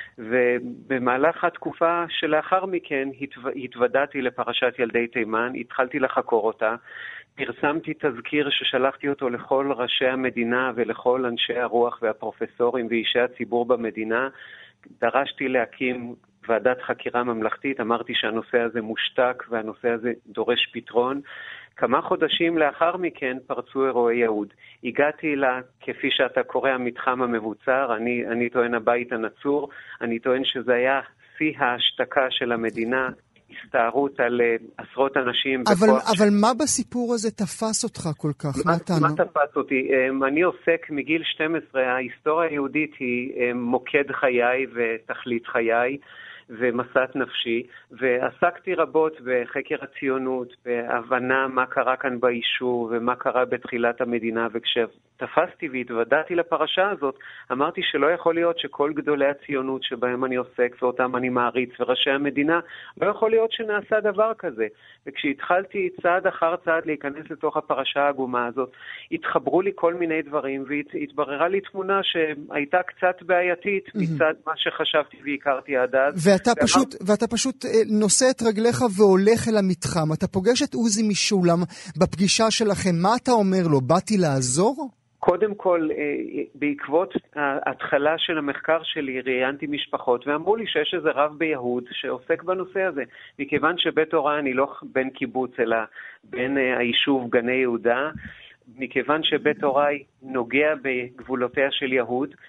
ובמהלך התקופה שלאחר מכן התוודעתי לפרשת ילדי תימן, התחלתי לחקור אותה, פרסמתי תזכיר ששלחתי אותו לכל ראשי המדינה ולכל אנשי הרוח והפרופסורים ואישי הציבור במדינה, דרשתי להקים ועדת חקירה ממלכתית, אמרתי שהנושא הזה מושתק והנושא הזה דורש פתרון. כמה חודשים לאחר מכן פרצו אירועי יהוד. הגעתי כפי שאתה קורא, המתחם המבוצר, אני טוען הבית הנצור, אני טוען שזה היה שיא ההשתקה של המדינה, הסתערות על עשרות אנשים. אבל מה בסיפור הזה תפס אותך כל כך, נתן? מה תפס אותי? אני עוסק מגיל 12, ההיסטוריה היהודית היא מוקד חיי ותכלית חיי ומסעת נפשי, ועסקתי רבות בחקר הציונות, בהבנה מה קרה כאן ביישוב ומה קרה בתחילת המדינה, וכשתפסתי והתוודעתי לפרשה הזאת, אמרתי שלא יכול להיות שכל גדולי הציונות שבהם אני עוסק ואותם אני מעריץ וראשי המדינה, לא יכול להיות שנעשה דבר כזה. וכשהתחלתי צעד אחר צעד להיכנס לתוך הפרשה העגומה הזאת, התחברו לי כל מיני דברים, והתבררה לי תמונה שהייתה קצת בעייתית מצד מה שחשבתי והכרתי עד אז. ואתה פשוט נושא את רגליך והולך אל המתחם. אתה פוגש את עוזי משולם בפגישה שלכם. מה אתה אומר לו? באתי לעזור? קודם כל, בעקבות ההתחלה של המחקר שלי, ראיינתי משפחות, ואמרו לי שיש איזה רב ביהוד שעוסק בנושא הזה. מכיוון שבית הוראה אני לא בן קיבוץ, אלא בן היישוב גני יהודה, מכיוון שבית הוראה נוגע בגבולותיה של יהוד,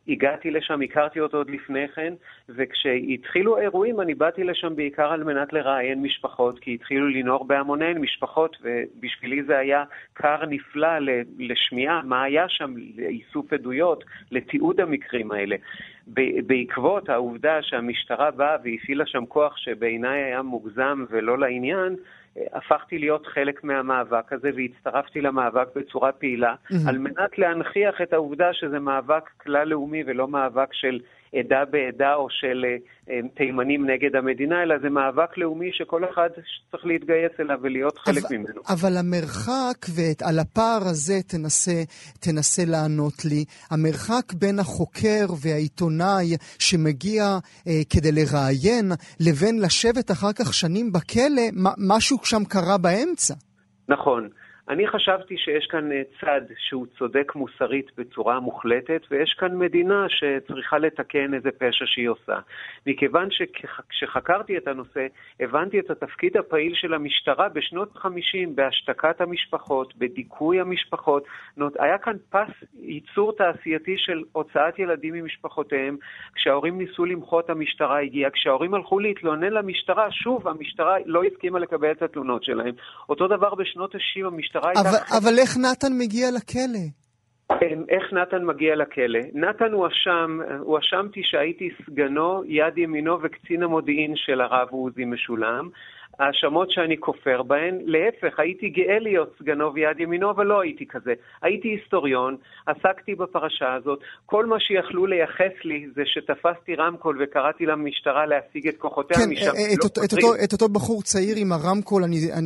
הגעתי לשם, הכרתי אותו עוד לפני כן, וכשהתחילו האירועים אני באתי לשם בעיקר על מנת לראיין משפחות, כי התחילו לנור בהמוניהן משפחות, ובשבילי זה היה קר נפלא לשמיעה מה היה שם, לאיסוף עדויות, לתיעוד המקרים האלה. בעקבות העובדה שהמשטרה באה והפעילה שם כוח שבעיניי היה מוגזם ולא לעניין, הפכתי להיות חלק מהמאבק הזה והצטרפתי למאבק בצורה פעילה, על מנת להנכיח את העובדה שזה מאבק כלל לאומי ולא מאבק של עדה בעדה או של תימנים נגד המדינה, אלא זה מאבק לאומי שכל אחד צריך להתגייס אליו ולהיות חלק ממנו. אבל המרחק, ועל הפער הזה תנסה לענות לי, המרחק בין החוקר והעיתונאי שמגיע כדי לראיין, לבין לשבת אחר כך שנים בכלא, משהו שם קרה באמצע. נכון. אני חשבתי שיש כאן צד שהוא צודק מוסרית בצורה מוחלטת, ויש כאן מדינה שצריכה לתקן איזה פשע שהיא עושה. מכיוון שכשחקרתי את הנושא, הבנתי את התפקיד הפעיל של המשטרה בשנות ה-50, בהשתקת המשפחות, בדיכוי המשפחות. היה כאן פס ייצור תעשייתי של הוצאת ילדים ממשפחותיהם. כשההורים ניסו למחות, המשטרה הגיעה. כשההורים הלכו להתלונן למשטרה, שוב, המשטרה לא הסכימה לקבל את התלונות שלהם. אותו דבר בשנות ה-60, המשטרה אבל איך נתן מגיע לכלא? איך נתן מגיע לכלא? נתן הואשמתי שהייתי סגנו, יד ימינו וקצין המודיעין של הרב עוזי משולם. האשמות שאני כופר בהן, להפך, הייתי גאה להיות סגנו ויד ימינו, אבל לא הייתי כזה. הייתי היסטוריון, עסקתי בפרשה הזאת, כל מה שיכלו לייחס לי זה שתפסתי רמקול וקראתי למשטרה להשיג את כוחותיה משם. את אותו בחור צעיר עם הרמקול,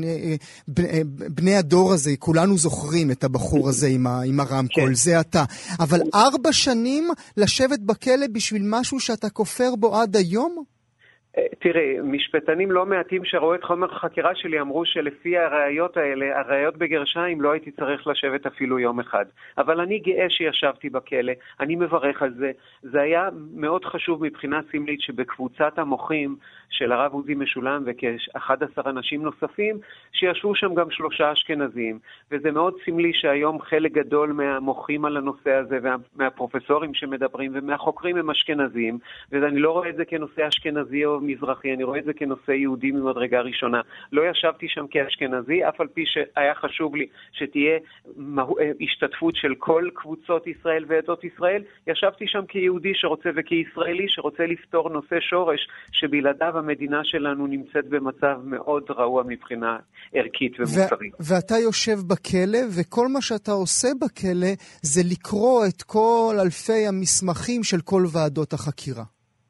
בני הדור הזה, כולנו זוכרים את הבחור הזה עם הרמקול, זה אתה. אבל 4 שנים לשבת בכלא בשביל משהו שאתה כופר בו עד היום? תראה, משפטנים לא מעטים שראו את חומר החקירה שלי אמרו שלפי הראיות האלה, הראיות בגרשיים, לא הייתי צריך לשבת אפילו יום אחד. אבל אני גאה שישבתי בכלא, אני מברך על זה. זה היה מאוד חשוב מבחינה סמלית שבקבוצת המוחים של הרב עוזי משולם וכ-11 אנשים נוספים, שישבו שם גם 3 אשכנזים. וזה מאוד סמלי שהיום חלק גדול מהמוחים על הנושא הזה ומהפרופסורים שמדברים ומהחוקרים הם אשכנזים, ואני לא רואה את זה כנושא אשכנזי או מזרחי, אני רואה את זה כנושא יהודי ממדרגה ראשונה. לא ישבתי שם כאשכנזי, אף על פי שהיה חשוב לי שתהיה השתתפות של כל קבוצות ישראל ועדות ישראל, ישבתי שם כיהודי שרוצה וכישראלי שרוצה לפתור נושא שורש שבלעדיו המדינה שלנו נמצאת במצב מאוד רעוע מבחינה ערכית ומוסרית. ואתה יושב בכלא, וכל מה שאתה עושה בכלא זה לקרוא את כל אלפי המסמכים של כל ועדות החקירה.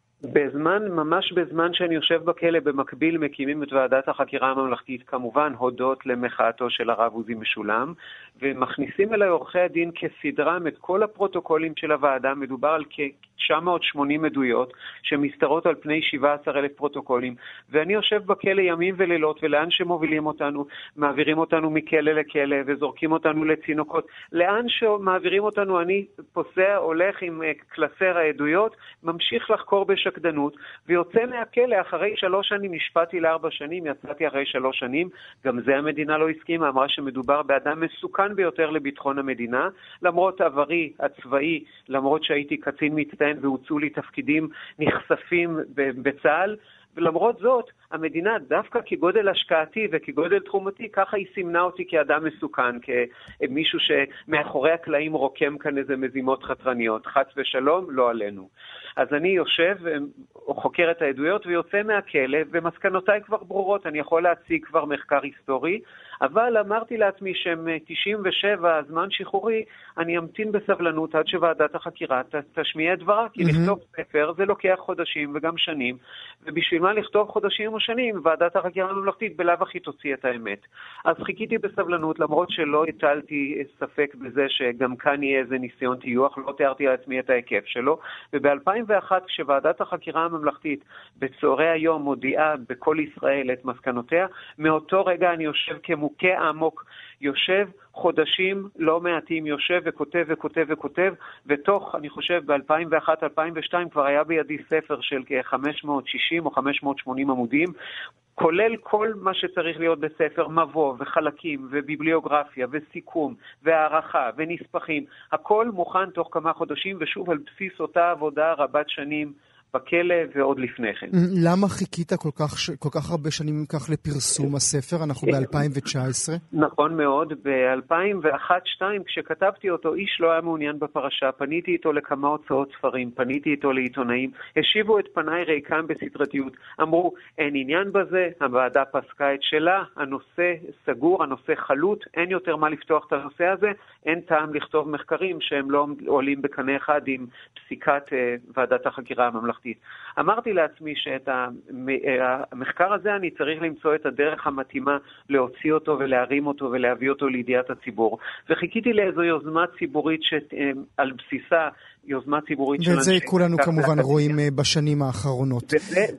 ממש בזמן שאני יושב בכלא, במקביל מקימים את ועדת החקירה הממלכתית, כמובן הודות למחאתו של הרב עוזי משולם, ומכניסים אליי עורכי הדין כסדרם את כל הפרוטוקולים של הוועדה. מדובר על כ-980 עדויות שמסתרות על פני 17,000 פרוטוקולים, ואני יושב בכלא ימים ולילות, ולאן שמובילים אותנו, מעבירים אותנו מכלא לכלא וזורקים אותנו לצינוקות. לאן שמעבירים אותנו אני פוסע, הולך עם קלסר העדויות, ממשיך לחקור בשקדנות, ויוצא מהכלא אחרי 3 שנים, נשפטתי ל4 שנים, יצאתי אחרי 3 שנים, גם זה המדינה לא הסכימה, אמרה שמדובר באדם מסוכן ביותר לביטחון המדינה, למרות עברי הצבאי, למרות שהייתי קצין מצטיין והוצאו לי תפקידים נחשפים בצה"ל, ולמרות זאת, המדינה דווקא כגודל השקעתי וכגודל תחומתי, ככה היא סימנה אותי כאדם מסוכן, כמישהו שמאחורי הקלעים רוקם כאן איזה מזימות חתרניות, חס ושלום, לא עלינו. אז אני יושב וחוקר את העדויות ויוצא מהכלא, ומסקנותיי כבר ברורות, אני יכול להציג כבר מחקר היסטורי, אבל אמרתי לעצמי שהם 97, הזמן שחרורי, אני אמתין בסבלנות עד שוועדת החקירה תשמיע את דברה, כי לכתוב ספר זה לוקח חודשים וגם שנים, ובשביל מה לכתוב חודשים או שנים, ועדת החקירה הממלכתית בלאו הכי תוציא את האמת. אז חיכיתי בסבלנות, למרות שלא הטלתי ספק בזה שגם כאן יהיה איזה ניסיון טיוח, לא תיארתי לעצמי את ההיקף שלו, וב-2001 כשוועדת החקירה הממלכתית בצהרי היום מודיעה בכל ישראל את מסקנותיה, מאותו רגע אני יושב כמוקדם, מוכה עמוק, יושב חודשים לא מעטים, יושב וכותב וכותב וכותב, ותוך, אני חושב, ב-2001-2002 כבר היה בידי ספר של כ-560 או 580 עמודים, כולל כל מה שצריך להיות בספר, מבוא וחלקים וביבליוגרפיה וסיכום והערכה ונספחים, הכל מוכן תוך כמה חודשים, ושוב על בסיס אותה עבודה רבת שנים בכלא ועוד לפני כן. למה חיכית כל כך הרבה שנים כך לפרסום הספר? אנחנו ב-2019. נכון מאוד. ב-2001-2002 כשכתבתי אותו, איש לא היה מעוניין בפרשה. פניתי איתו לכמה הוצאות ספרים, פניתי איתו לעיתונאים, השיבו את פניי ריקם בסדרתיות. אמרו, אין עניין בזה, הוועדה פסקה את שלה, הנושא סגור, הנושא חלוט, אין יותר מה לפתוח את הנושא הזה, אין טעם לכתוב מחקרים שהם לא עולים בקנה אחד עם פסיקת ועדת החקירה הממלכתית. אמרתי לעצמי שאת המחקר הזה אני צריך למצוא את הדרך המתאימה להוציא אותו ולהרים אותו ולהביא אותו לידיעת הציבור. וחיכיתי לאיזו יוזמה ציבורית שעל בסיסה יוזמה ציבורית של וזה כולנו כמובן רואים בשנים האחרונות.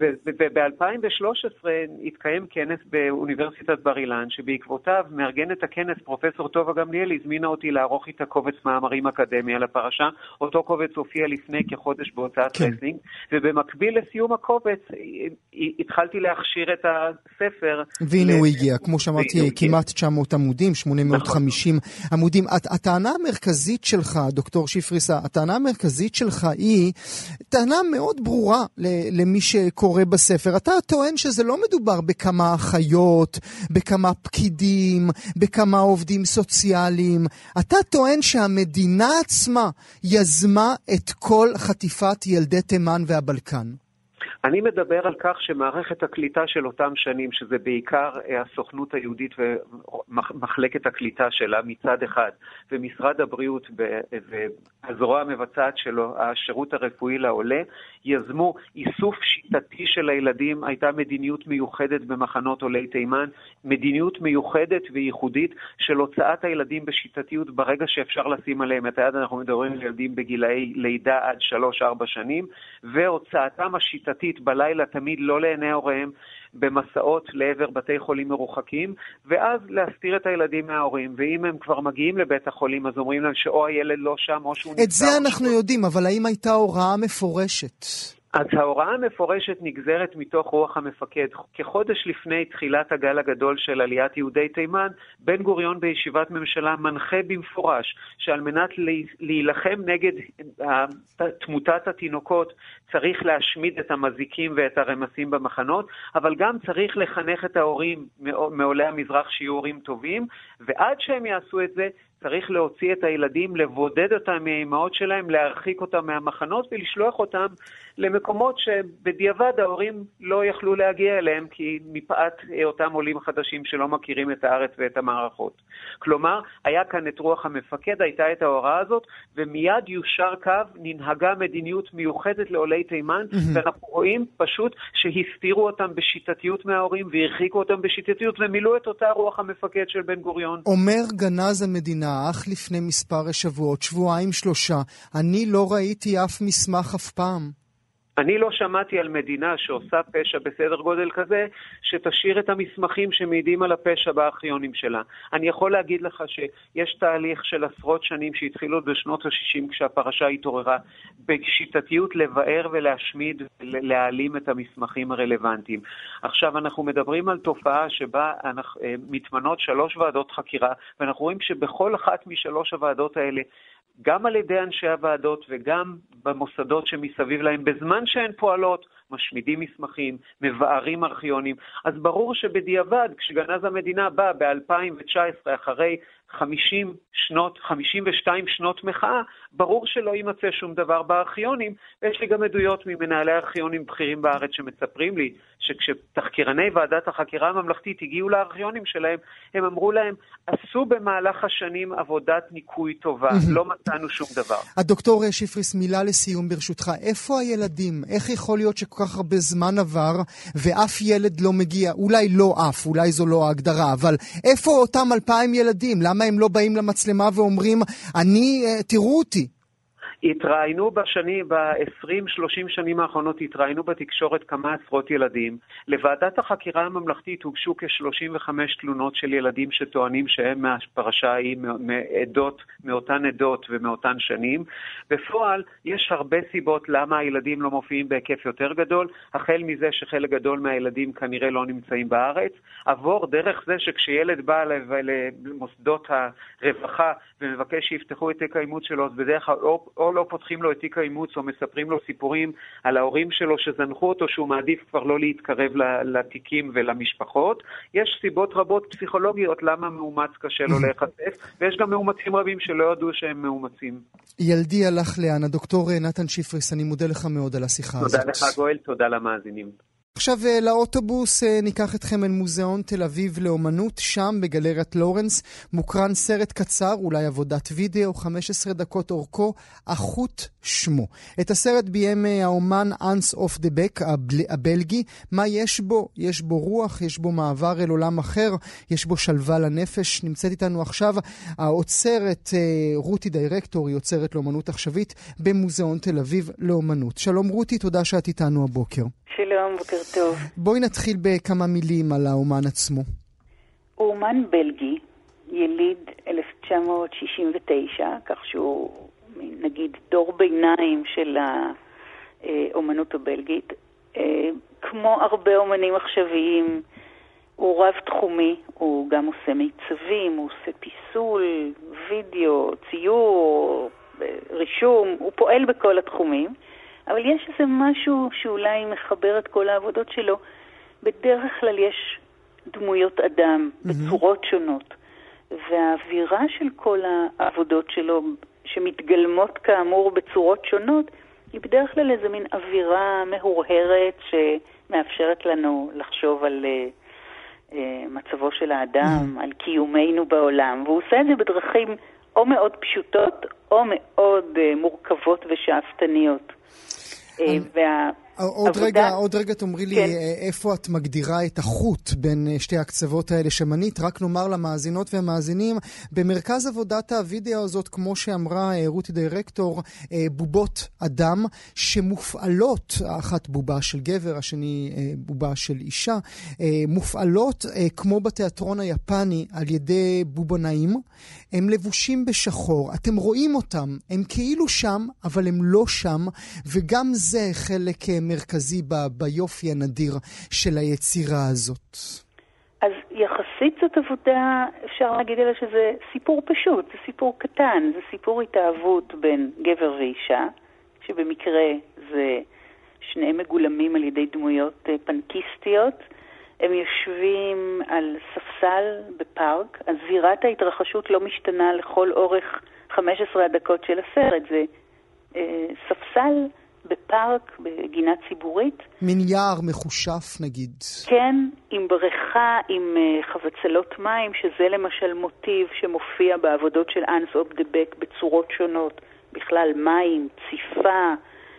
ב-2013 התקיים כנס באוניברסיטת בר אילן, שבעקבותיו מארגנת הכנס פרופסור טובה גמליאל הזמינה אותי לערוך איתה קובץ מאמרים אקדמי על הפרשה. אותו קובץ הופיע לפני כחודש בהוצאת רסלינג, ובמקביל לסיום הקובץ התחלתי להכשיר את הספר. והנה הוא הגיע, כמו שאמרתי, כמעט 900 עמודים, 850 עמודים. הטענה המרכזית שלך, דוקטור שפריס, הטענה המרכזית שלך היא טענה מאוד ברורה למי שקורא בספר. אתה טוען שזה לא מדובר בכמה אחיות, בכמה פקידים, בכמה עובדים סוציאליים. אתה טוען שהמדינה עצמה יזמה את כל חטיפת ילדי תימן והבלקן. אני מדבר על כך שמערכת הקליטה של אותם שנים, שזה בעיקר הסוכנות היהודית ומחלקת הקליטה שלה מצד אחד, ומשרד הבריאות והזרוע המבצעת שלו, השירות הרפואי לעולה, יזמו איסוף שיטתי של הילדים. הייתה מדיניות מיוחדת במחנות עולי תימן, מדיניות מיוחדת וייחודית של הוצאת הילדים בשיטתיות ברגע שאפשר לשים עליהם את היד. אנחנו מדברים על ילדים בגילאי לידה עד 3-4 שנים, והוצאתם השיטתית בלילה תמיד לא לעיני הוריהם במסעות לעבר בתי חולים מרוחקים, ואז להסתיר את הילדים מההורים, ואם הם כבר מגיעים לבית החולים אז אומרים להם שאו הילד לא שם או שהוא נפטר. את זה אנחנו יודעים, אבל האם הייתה הוראה מפורשת? אז ההוראה המפורשת נגזרת מתוך רוח המפקד. כחודש לפני תחילת הגל הגדול של עליית יהודי תימן, בן גוריון בישיבת ממשלה מנחה במפורש שעל מנת להילחם נגד תמותת התינוקות צריך להשמיד את המזיקים ואת הרמסים במחנות, אבל גם צריך לחנך את ההורים מעולי המזרח שיהיו הורים טובים, ועד שהם יעשו את זה צריך להוציא את הילדים, לבודד אותם מהאימהות שלהם, להרחיק אותם מהמחנות ולשלוח אותם למקומות שבדיעבד ההורים לא יכלו להגיע אליהם, כי מפאת אותם עולים חדשים שלא מכירים את הארץ ואת המערכות. כלומר, היה כאן את רוח המפקד, הייתה את ההוראה הזאת, ומיד יושר קו ננהגה מדיניות מיוחדת לעולי תימן, ואנחנו רואים פשוט שהסתירו אותם בשיטתיות מההורים, והרחיקו אותם בשיטתיות, ומילאו את אותה רוח המפקד של בן גוריון. אומר גנז המדינה, אך לפני מספר שבועות, 2-3, אני לא ראיתי אף מסמך אף פעם. אני לא שמעתי על מדינה שעושה פשע בסדר גודל כזה, שתשאיר את המסמכים שמעידים על הפשע בארכיונים שלה. אני יכול להגיד לך שיש תהליך של עשרות שנים שהתחילו בשנות ה-60 כשהפרשה התעוררה, בשיטתיות לבאר ולהשמיד ולהעלים את המסמכים הרלוונטיים. עכשיו אנחנו מדברים על תופעה שבה מתמנות 3 ועדות חקירה, ואנחנו רואים שבכל אחת מ3 הוועדות האלה, גם על ידי אנשי הוועדות וגם במוסדות שמסביב להם, בזמן שהן פועלות, משמידים מסמכים, מבארים ארכיונים. אז ברור שבדיעבד, כשגנז המדינה בא ב-2019 אחרי 52 שנות מחאה, ברור שלא יימצא שום דבר בארכיונים, ויש לי גם עדויות ממנהלי ארכיונים בכירים בארץ שמספרים לי שכשתחקירני ועדת החקירה הממלכתית הגיעו לארכיונים שלהם, הם אמרו להם, עשו במהלך השנים עבודת ניקוי טובה, לא מצאנו שום דבר. הדוקטור שפריס, מילה לסיום ברשותך, איפה הילדים? איך יכול להיות שכל כך הרבה זמן עבר ואף ילד לא מגיע? אולי לא אף, אולי זו לא ההגדרה, אבל איפה אותם 2,000 ילדים? למה הם לא באים למצלמה ואומרים, תראו אותי? התראיינו ב-20-30 שנים האחרונות, התראיינו בתקשורת כמה עשרות ילדים. לוועדת החקירה הממלכתית הוגשו כ-35 תלונות של ילדים שטוענים שהם מהפרשה ההיא, מאותן עדות ומאותן שנים. בפועל יש הרבה סיבות למה הילדים לא מופיעים בהיקף יותר גדול, החל מזה שחלק גדול מהילדים כנראה לא נמצאים בארץ, עבור דרך זה שכשילד בא למוסדות הרווחה ומבקש שיפתחו את תיק האימוץ שלו, אז בדרך כלל או לא פותחים לו את תיק האימוץ או מספרים לו סיפורים על ההורים שלו שזנחו אותו, שהוא מעדיף כבר לא להתקרב לתיקים ולמשפחות. יש סיבות רבות פסיכולוגיות למה מאומץ קשה לו להיחשף, ויש גם מאומצים רבים שלא ידעו שהם מאומצים. ילדי הלך לאן. הדוקטור נתן שיפריס, אני מודה לך מאוד על השיחה הזאת. תודה לך גואל, תודה למאזינים. עכשיו לאוטובוס ניקח אתכם אל מוזיאון תל אביב לאומנות. שם בגלריית לורנס מוקרן סרט קצר, אולי עבודת וידאו, 15 דקות אורכו, החוט שמו. את הסרט ביים האומן אנס אוף דה בק הבלגי. מה יש בו? יש בו רוח, יש בו מעבר אל עולם אחר, יש בו שלווה לנפש. נמצאת איתנו עכשיו האוצרת רותי דירקטור, היא אוצרת לאומנות עכשווית במוזיאון תל אביב לאומנות. שלום רותי, תודה שאת איתנו הבוקר. שלום, בוקר טוב. בואי נתחיל בכמה מילים על האומן עצמו. הוא אומן בלגי, יליד 1969, כך שהוא נגיד דור ביניים של האומנות הבלגית. כמו הרבה אומנים עכשוויים, הוא רב תחומי, הוא גם עושה מיצבים, הוא עושה פיסול, וידאו, ציור, רישום, הוא פועל בכל התחומים. אבל יש איזה משהו שאולי מחבר את כל העבודות שלו. בדרך כלל יש דמויות אדם בצורות שונות. והאווירה של כל העבודות שלו, שמתגלמות כאמור בצורות שונות, היא בדרך כלל איזה מין אווירה מהורהרת שמאפשרת לנו לחשוב על מצבו של האדם, על קיומנו בעולם. והוא עושה את זה בדרכים או מאוד פשוטות או מאוד מורכבות ושאפתניות. עוד רגע תאמרי לי איפה את מגדירה את החוט בין שתי הקצוות האלה שמנית. רק נאמר למאזינות והמאזינים, במרכז עבודת הוידאו הזאת, כמו שאמרה רותי דירקטור, בובות אדם שמופעלות, האחת בובה של גבר, השני בובה של אישה, מופעלות כמו בתיאטרון היפני על ידי בובנאים. הם לבושים בשחור, אתם רואים אותם, הם כאילו שם אבל הם לא שם, וגם זה חלק מרכזי ביופי הנדיר של היצירה הזאת. אז יחסית זאת עבודה, אפשר להגיד עליה שזה סיפור פשוט, זה סיפור קטן, זה סיפור התאהבות בין גבר ואישה, שבמקרה זה שניהם מגולמים על ידי דמויות פנקיסטיות. הם יושבים על ספסל בפארק, אז זירת ההתרחשות לא משתנה לכל אורך 15 הדקות של הסרט, זה ספסל בפארק, בגינה ציבורית. מין יער מחושף נגיד. כן, עם בריכה, עם חבצלות מים, שזה למשל מוטיב שמופיע בעבודות של אנס אוף דה בק בצורות שונות, בכלל מים, ציפה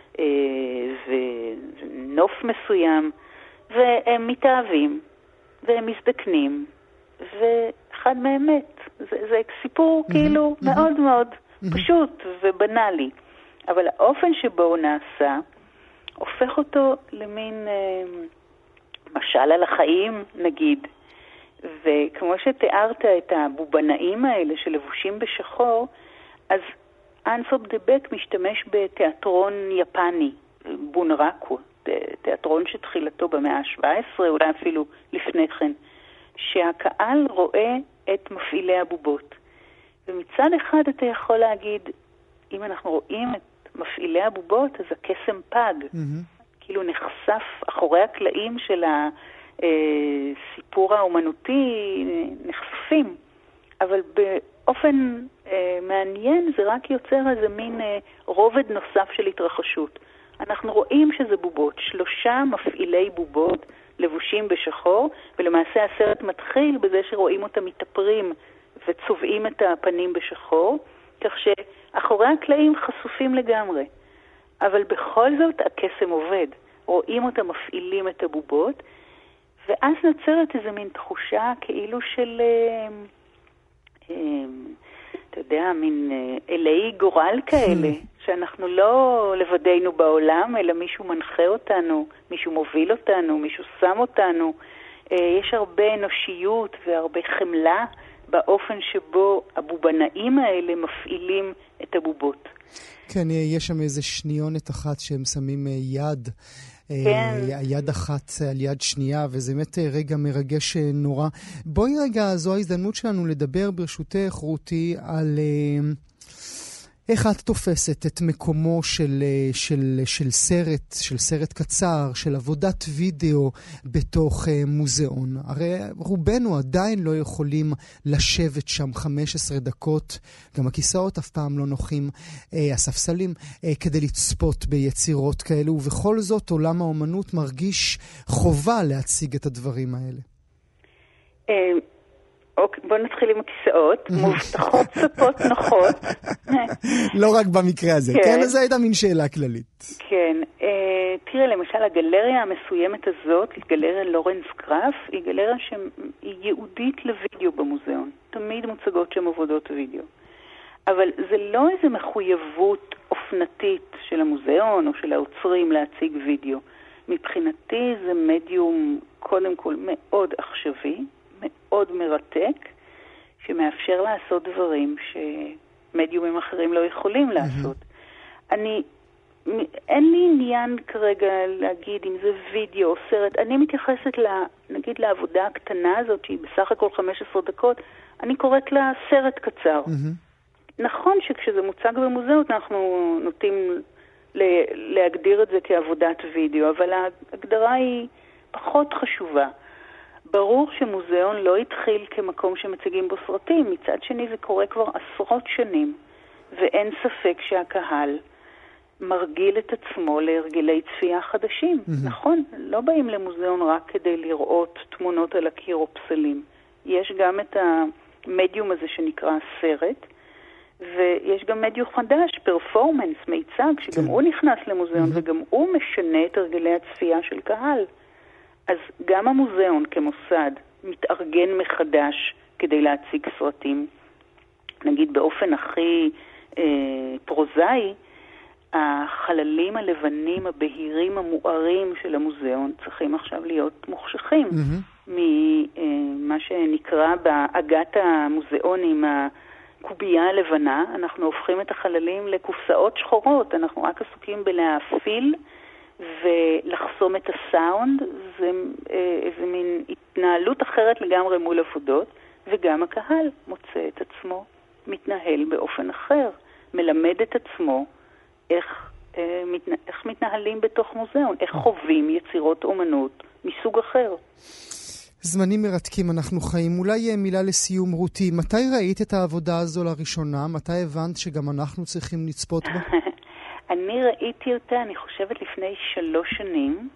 ונוף מסוים, והם מתאהבים והם מזדקנים, ואחד מהם מת. זה סיפור כאילו מאוד מאוד פשוט ובנאלי. אבל האופן שבו הוא נעשה הופך אותו למין משל על החיים נגיד. וכמו שתיארת את הבובנאים האלה שלבושים בשחור, אז אנס אוף דה בק משתמש בתיאטרון יפני, בונרקו, תיאטרון שתחילתו במאה ה-17, אולי אפילו לפני כן, שהקהל רואה את מפעילי הבובות. ומצד אחד אתה יכול להגיד, אם אנחנו רואים את מפעילי הבובות, אז הקסם פג. כאילו נחשף אחורי הקלעים של הסיפור האומנותי, נחשפים. אבל באופן מעניין זה רק יוצר איזה מין רובד נוסף של התרחשות. אנחנו רואים שזה בובות, 3 מפעילי בובות לבושים בשחור, ולמעשה הסרט מתחיל בזה שרואים אותם מתאפרים וצובעים את הפנים בשחור, כך שאחורי הקלעים חשופים לגמרי. אבל בכל זאת הקסם עובד. רואים אותם מפעילים את הבובות, ואז נוצרת איזו מין תחושה כאילו של, אתה יודע, מין אלי גורל כאלה, שאנחנו לא לבדנו בעולם, אלא מישהו מנחה אותנו, מישהו מוביל אותנו, מישהו שם אותנו. יש הרבה אנושיות והרבה חמלה באופן שבו הבובנאים האלה מפעילים את הבובות. כן, יש שם איזה שניונת אחת שהם שמים יד, יד אחת על יד שנייה, וזה באמת רגע מרגש נורא. בואי רגע, זו ההזדמנות שלנו לדבר ברשותך, רותי, על איך את תופסת את מקומו של סרט קצר, של עבודת וידאו בתוך מוזיאון. הרי רובנו עדיין לא יכולים לשבת שם 15 דקות, גם הכיסאות אף פעם לא נוחים, הספסלים, כדי לצפות ביצירות כאלו, ובכל זאת עולם האומנות מרגיש חובה להציג את הדברים האלה. אוקיי, בוא נתחיל עם הכיסאות, מובטחות ספות נוחות. לא רק במקרה הזה, כן? אז זו הייתה מין שאלה כללית. כן, תראה, למשל, הגלריה המסוימת הזאת, גלריה לורנס קראף, היא גלריה שהיא ייעודית לוידאו במוזיאון. תמיד מוצגות שם עבודות וידאו. אבל זה לא איזו מחויבות אופנתית של המוזיאון או של האוצרים להציג וידאו. מבחינתי זה מדיום, קודם כל, מאוד עכשווי, מאוד מרתק, שמאפשר לעשות דברים שמדיומים אחרים לא יכולים לעשות. אין לי עניין כרגע להגיד אם זה וידאו או סרט. אני מתייחסת נגיד לעבודה הקטנה הזאת, שהיא בסך הכל 15 דקות, אני קוראת לה סרט קצר. נכון שכשזה מוצג במוזיאון אנחנו נוטים להגדיר את זה כעבודת וידאו, אבל ההגדרה היא פחות חשובה. ברור שמוזיאון לא התחיל כמקום שמציגים בו סרטים, מצד שני זה קורה כבר עשרות שנים, ואין ספק שהקהל מרגיל את עצמו להרגלי צפייה חדשים. נכון, לא באים למוזיאון רק כדי לראות תמונות על הקיר או פסלים. יש גם את המדיום הזה שנקרא סרט, ויש גם מדיום חדש, פרפורמנס, מיצג, שגם הוא נכנס למוזיאון, וגם הוא משנה את הרגלי הצפייה של קהל. אז גם המוזיאון כמוסד מתארגן מחדש כדי להציג סרטים. נגיד באופן הכי פרוזאי, החללים הלבנים, הבהירים, המוארים של המוזיאון צריכים עכשיו להיות מוחשכים. ממה שנקרא בעגת המוזיאונים, הקובייה הלבנה, אנחנו הופכים את החללים לקופסאות שחורות. אנחנו רק עסוקים בלהפיל ולחסום את הסאונד. זה איזה מין התנהלות אחרת לגמרי מול עבודות, וגם הקהל מוצא את עצמו מתנהל באופן אחר, מלמד את עצמו איך מתנהלים בתוך מוזיאון, איך חווים יצירות אומנות מסוג אחר. זמנים מרתקים אנחנו חיים. אולי מילה לסיום, רותי, מתי ראית את העבודה הזו לראשונה? מתי הבנת שגם אנחנו צריכים לצפות בה? אני ראיתי אותה, אני חושבת לפני 3 שנים,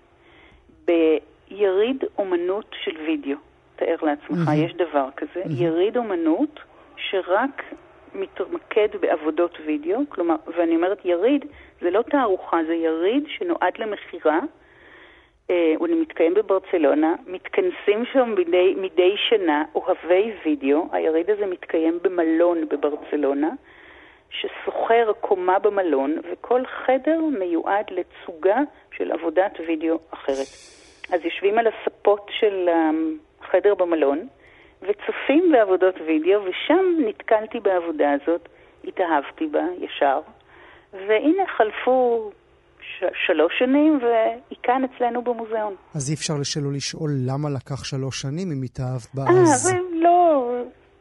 ביריד אומנות של וידאו. תאר לעצמך, יש דבר כזה. יריד אומנות שרק מתמקד בעבודות וידאו, כלומר, ואני אומרת יריד, זה לא תערוכה, זה יריד שנועד למחירה, הוא מתקיים בברצלונה, מתכנסים שם מדי שנה אוהבי וידאו, היריד הזה מתקיים במלון בברצלונה, שסוחר קומה במלון, וכל חדר מיועד לצוגה של עבודת וידאו אחרת. אז יושבים על הספות של החדר במלון, וצופים בעבודות וידאו, ושם נתקלתי בעבודה הזאת, התאהבתי בה ישר, והנה חלפו 3 שנים, והיא כאן אצלנו במוזיאון. אז אי אפשר שלא לשאול למה לקח 3 שנים אם התאהבת בה אז? זה לא,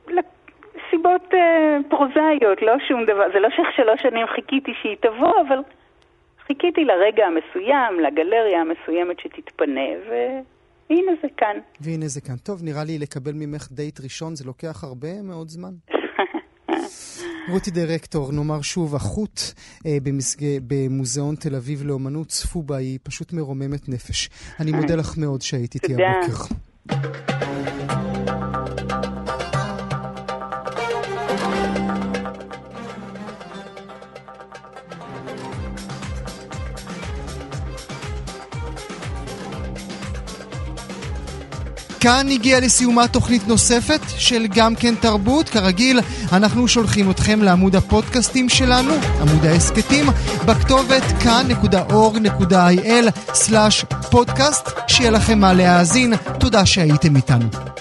סיבות פרוזאיות, לא שום דבר. זה לא ש3 שנים חיכיתי שהיא תבוא, אבל חיכיתי לרגע המסוים, לגלריה המסוימת שתתפנה, והנה זה כאן. והנה זה כאן. טוב, נראה לי לקבל ממך דייט ראשון, זה לוקח הרבה מאוד זמן. רותי דירקטור, נאמר שוב, החוט במוזיאון תל אביב לאומנות, צפו בה, היא פשוט מרוממת נפש. אני מודה לך מאוד שהיית איתי הבוקר. כאן הגיעה לסיומה תוכנית נוספת של גם כן תרבות. כרגיל, אנחנו שולחים אתכם לעמוד הפודקאסטים שלנו, עמוד העסקתים, בכתובת כאן.org.il/podcast. שיהיה לכם מה להאזין. תודה שהייתם איתנו.